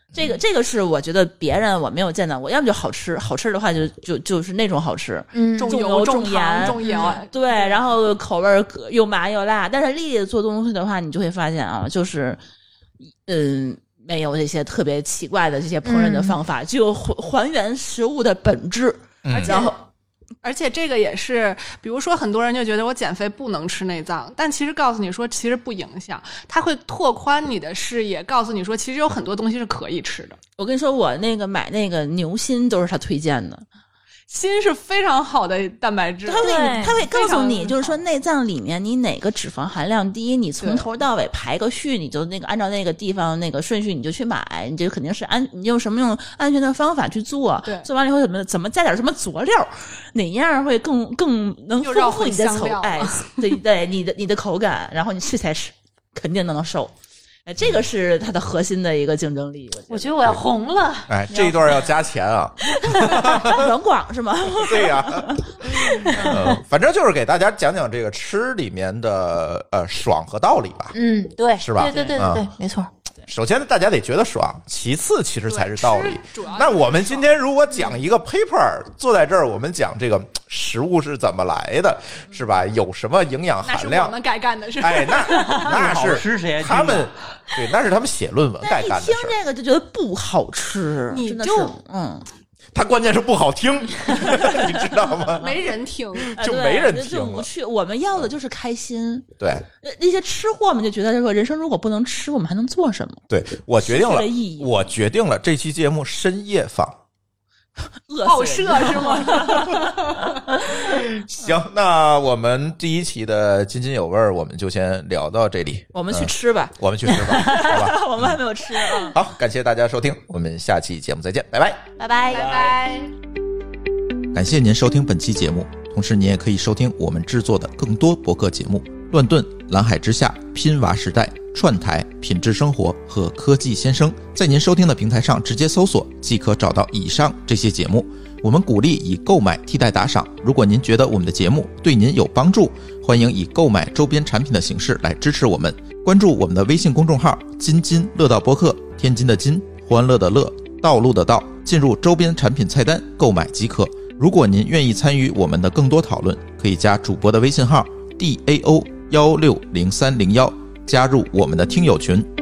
这个这个是我觉得别人我没有见到过，要么就好吃，好吃的话就就就是那种好吃， 嗯， 重重油、 重糖、 盐重盐， 对，然后口味又麻又辣。但是丽丽做东西的话，你就会发现啊，就是嗯。没有这些特别奇怪的这些烹饪的方法，就还还原食物的本质， 嗯而且然后而且这个也是，比如说很多人就觉得我减肥不能吃内脏，但其实告诉你说其实不影响，它会拓宽你的视野，告诉你说其实有很多东西是可以吃的。 我跟你说，我那个买那个牛心都是他推荐的。 锌是非常好的蛋白质， 他会对他会告诉你， 非常就是说内脏里面你哪个脂肪含量低，你从头到尾排个序，你就那个按照那个地方那个顺序你就去买，你就肯定是安，你用什么用安全的方法去做， 对做完了以后怎么怎么加点什么佐料，哪样会更更能又绕丰富你的口很香料哎，对对，你的你的口感，然后你吃起来是肯定能瘦。哎，这个是它的核心的一个竞争力， 我觉得我要红了。 哎，这一段要加钱啊！ 软广是吗？ 对呀、呃，反正就是给大家讲讲这个吃里面的呃爽和道理吧。 嗯，对， 是吧对对对对对，没错。 首先大家得觉得爽，其次其实才是道理对吃主要。 那我们今天如果讲一个 paper， 坐在这儿，我们讲这个食物是怎么来的，是吧？有什么营养那是含量我？们该干的事。 哎，那那好是吃谁还听他们呢对，那是他们写论文该但一听干的事儿。 这个就觉得不好吃， 你真的是就嗯。 他关键是不好听，你知道吗？ 没人听， 就啊对没人就听了无趣。我们要的就是开心。 对呃那些吃货们就觉得说，人生如果不能吃，我们还能做什么？ 对，我决定了失去了意义， 我决定了，这期节目深夜放。 报饿死社人是吗？ 行，那我们第一期的津津有味儿，我们就先聊到这里。 我们去嗯吃吧， 我们去吃吧，好吧？ 我们还没有吃啊。 好，感谢大家收听，我们下期节目再见，拜拜。 拜拜。 拜拜。 感谢您收听本期节目，同时您也可以收听我们制作的更多博客节目：乱炖、蓝海之下、拼娃时代、串台、品质生活和科技先生。在您收听的平台上直接搜索，即可找到以上这些节目。我们鼓励以购买替代打赏，如果您觉得我们的节目对您有帮助，欢迎以购买周边产品的形式来支持我们。关注我们的微信公众号“津津乐道播客”，天津的津，欢乐的乐，道路的道，进入周边产品菜单购买即可。如果您愿意参与我们的更多讨论，可以加主播的微信号 D A O 一六零三零一，加入我们的听友群。